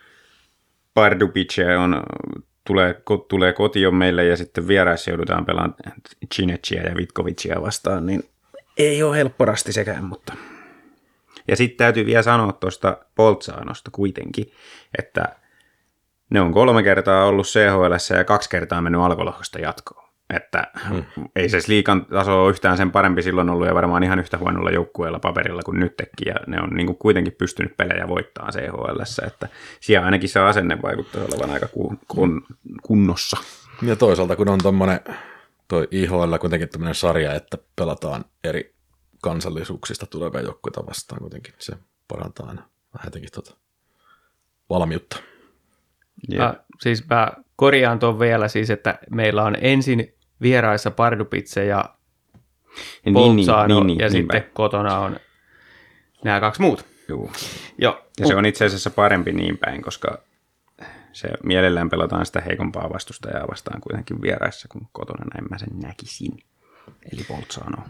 Pardubice on, tulee, ko, tulee kotiin meille ja sitten vieraissa joudutaan pelaamaan Cineciä ja Vitkovicia vastaan, niin ei ole helpporasti sekään, mutta... Ja sitten täytyy vielä sanoa tuosta Bolzanosta kuitenkin, että ne on kolme kertaa ollut C H L:ssä ja kaksi kertaa mennyt alkolohkosta jatkoon. Että hmm. ei se liigan taso ole yhtään sen parempi silloin ollut ja varmaan ihan yhtä huonolla joukkueella paperilla kuin nytkin. Ja ne on niin kuin kuitenkin pystynyt pelejä voittamaan C H L:ssä, että siellä ainakin se asenne vaikuttaa olevan aika kun, kun, kunnossa. Ja toisaalta kun on tommonen, toi I H L kuitenkin tämmöinen sarja, että pelataan eri kansallisuuksista tulevia joukkueita vastaan kuitenkin, se parantaa aina vähän jotenkin tuota valmiutta. Yeah. Mä, siis mä korjaan tuon vielä siis, että meillä on ensin vieraissa Pardubice ja Bolzano niin, niin, niin, ja niin, sitten päin. Kotona on nämä kaksi muuta. Joo. Jo. Ja se on itse asiassa parempi niin päin, koska se mielellään pelataan sitä heikompaa vastustajaa vastaan kuitenkin vieraissa, kun kotona näin mä sen näkisin. Eli Bolzano.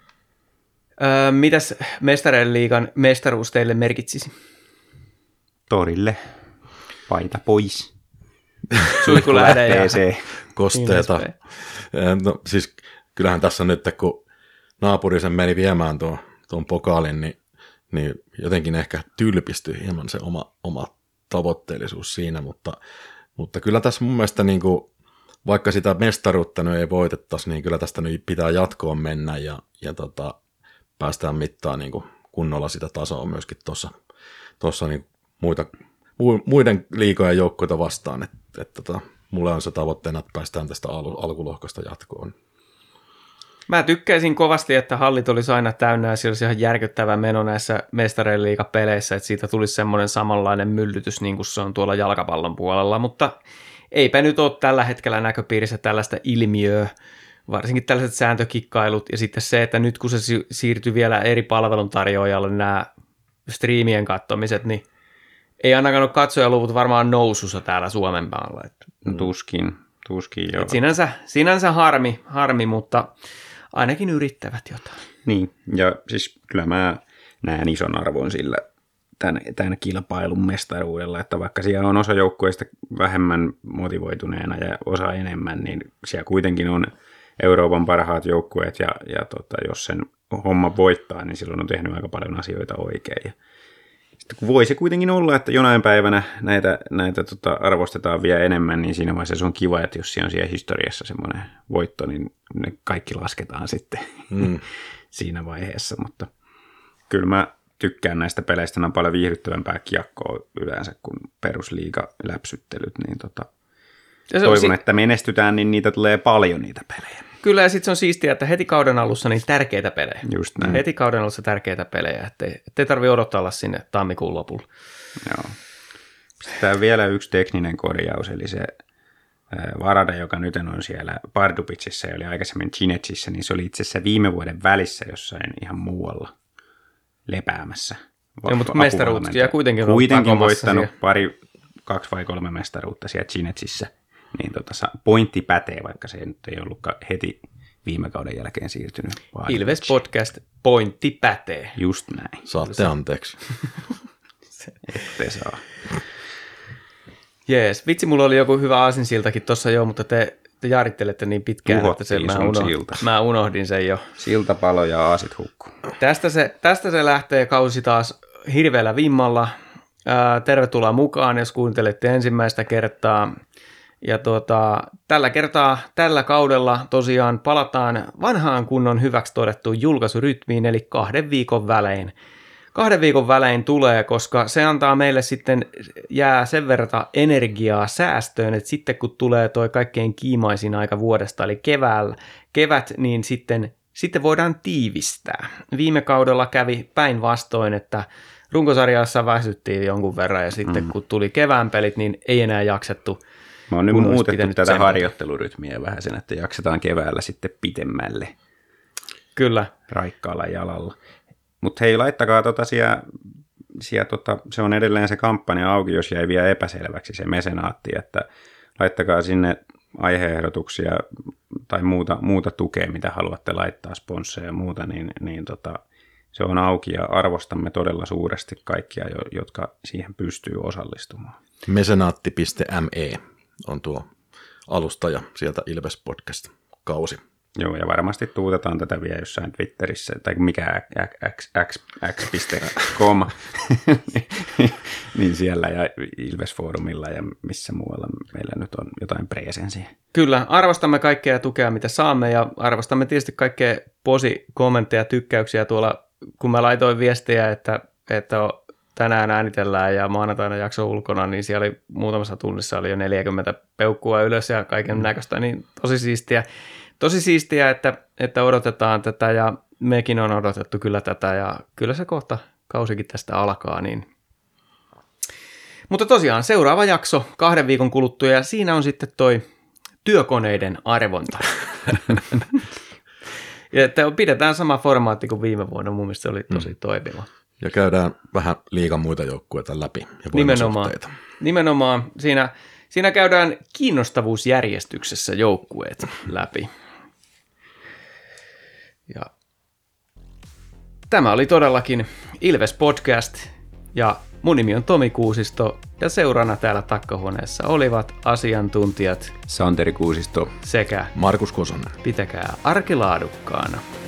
Öö, mitäs Mestareiden liigan mestaruus teille merkitsisi? Torille. Paita pois. Suihku lähde ja kosteeta. No, siis kyllähän tässä nyt, kun naapurisen meni viemään tuon, tuon pokaalin, niin, niin jotenkin ehkä tylpistyi hieman se oma, oma tavoitteellisuus siinä, mutta, mutta kyllä tässä mun mielestä niin kuin, vaikka sitä mestaruutta nyt ei voitettaisi, niin kyllä tästä nyt pitää jatkoon mennä ja, ja tota, päästään mittaan niin kuin kunnolla sitä tasoa myöskin tuossa, tuossa niin muita muiden liigojen joukkoita vastaan, että, että, että mulle on se tavoitteena, että päästään tästä al- alkulohkosta jatkoon. Mä tykkäisin kovasti, että hallit olisi aina täynnä ja siellä olisi ihan järkyttävä meno näissä Mestareiden liigapeleissä, että siitä tulisi semmoinen samanlainen myllytys niin kuin se on tuolla jalkapallon puolella, mutta eipä nyt ole tällä hetkellä näköpiirissä tällaista ilmiöä, varsinkin tällaiset sääntökikkailut ja sitten se, että nyt kun se siirtyy vielä eri palveluntarjoajalle nämä striimien kattomiset, niin ei ainakaan ole katsojaluvut varmaan nousussa täällä Suomen maalla. No, tuskin, tuskin joo. Sinänsä, sinänsä harmi, harmi, mutta ainakin yrittävät jotain. Niin, ja siis kyllä mä näen ison arvon sillä tämän, tämän kilpailun mestaruudella, että vaikka siellä on osa joukkueista vähemmän motivoituneena ja osa enemmän, niin siellä kuitenkin on Euroopan parhaat joukkueet, ja, ja tota, jos sen homma voittaa, niin silloin on tehnyt aika paljon asioita oikein. Ja sitten kun voi se kuitenkin olla, että jonain päivänä näitä, näitä tota, arvostetaan vielä enemmän, niin siinä vaiheessa se on kiva, että jos siellä on siellä historiassa semmoinen voitto, niin ne kaikki lasketaan sitten mm. siinä vaiheessa. Mutta kyllä mä tykkään näistä peleistä, ne on paljon viihdyttävämpää kiekkoa yleensä kuin perusliiga-läpsyttelyt, niin tota, toivon, si- että menestytään, niin niitä tulee paljon niitä pelejä. Kyllä, ja sitten se on siistiä, että heti kauden alussa niin tärkeitä pelejä. Just näin. Heti kauden alussa tärkeitä pelejä, ettei, ettei tarvitse odottaa sinne tammikuun lopulla. Joo. Sitten vielä yksi tekninen korjaus, eli se Varada, joka nyt on siellä Pardubicissa ja oli aikaisemmin Cinecissä, niin se oli itse asiassa viime vuoden välissä jossain ihan muualla lepäämässä. Joo, mutta mestaruuttia kuitenkin on kuitenkin voittanut siellä pari, kaksi vai kolme mestaruutta siellä Cinecissä. Niin tota, pointti pätee, vaikka se nyt ei ollutkaan heti viime kauden jälkeen siirtynyt. Ilves Podcast, pointti pätee. Just näin. Saatte anteeksi. Ette saa. Jees, vitsi, mulla oli joku hyvä aasinsiltakin tuossa jo, mutta te, te jaarittelette niin pitkään, Tuhottiin että se, mä, unohdin, mä unohdin sen jo. Silta palo ja aasit hukkuu. Tästä se, tästä se lähtee kausi taas hirveällä vimmalla. Ää, tervetuloa mukaan, jos kuuntelette ensimmäistä kertaa. Ja tuota, tällä kertaa, tällä kaudella tosiaan palataan vanhaan kunnon hyväksi todettuun julkaisurytmiin, eli kahden viikon välein. Kahden viikon välein tulee, koska se antaa meille sitten, jää sen verran energiaa säästöön, että sitten kun tulee toi kaikkein kiimaisin aika vuodesta, eli keväällä, kevät, niin sitten, sitten voidaan tiivistää. Viime kaudella kävi päinvastoin, että runkosarjassa väsyttiin jonkun verran, ja sitten mm. kun tuli kevään pelit, niin ei enää jaksettu. Mä oon nyt muutettu tätä sen harjoittelurytmiä vähän sen, että jaksetaan keväällä sitten pitemmälle. Kyllä. Raikkaalla jalalla. Mutta hei, laittakaa tota siellä, siellä tota, se on edelleen se kampanja auki, jos jäi vielä epäselväksi se mesenaatti, että laittakaa sinne aiheehdotuksia tai muuta, muuta tukea, mitä haluatte laittaa, sponsseja ja muuta, niin, niin tota, se on auki ja arvostamme todella suuresti kaikkia, jotka siihen pystyy osallistumaan. Mesenaatti piste me on tuo alusta ja sieltä Ilves Podcast kausi. Joo, ja varmasti tuutetaan tätä vielä jossain Twitterissä, tai mikä x piste com, niin siellä ja Ilves-foorumilla ja missä muualla meillä nyt on jotain presensiä. Kyllä, arvostamme kaikkea tukea, mitä saamme, ja arvostamme tietysti kaikkea posi-kommentteja, tykkäyksiä tuolla, kun mä laitoin viestejä, että, että tänään äänitellään ja maanantaina jakso ulkona, niin siellä oli muutamassa tunnissa oli jo neljäkymmentä peukkua ylös ja kaiken näköistä, niin tosi siistiä. Tosi siistiä, että, että odotetaan tätä ja mekin on odotettu kyllä tätä ja kyllä se kohta kausikin tästä alkaa. Niin. Mutta tosiaan seuraava jakso kahden viikon kuluttua ja siinä on sitten toi työkoneiden arvonta. Ja että pidetään sama formaatti kuin viime vuonna, mun mielestä se oli tosi toimiva. Ja käydään vähän liigan muita joukkueita läpi ja nimenomaan, voimasuhteita. Nimenomaan siinä, siinä käydään kiinnostavuusjärjestyksessä joukkueet läpi. Ja tämä oli todellakin Ilves Podcast ja mun nimi on Tomi Kuusisto ja seurana täällä takkahuoneessa olivat asiantuntijat Santeri Kuusisto sekä Markus Kosonen. Pitäkää arki laadukkaana.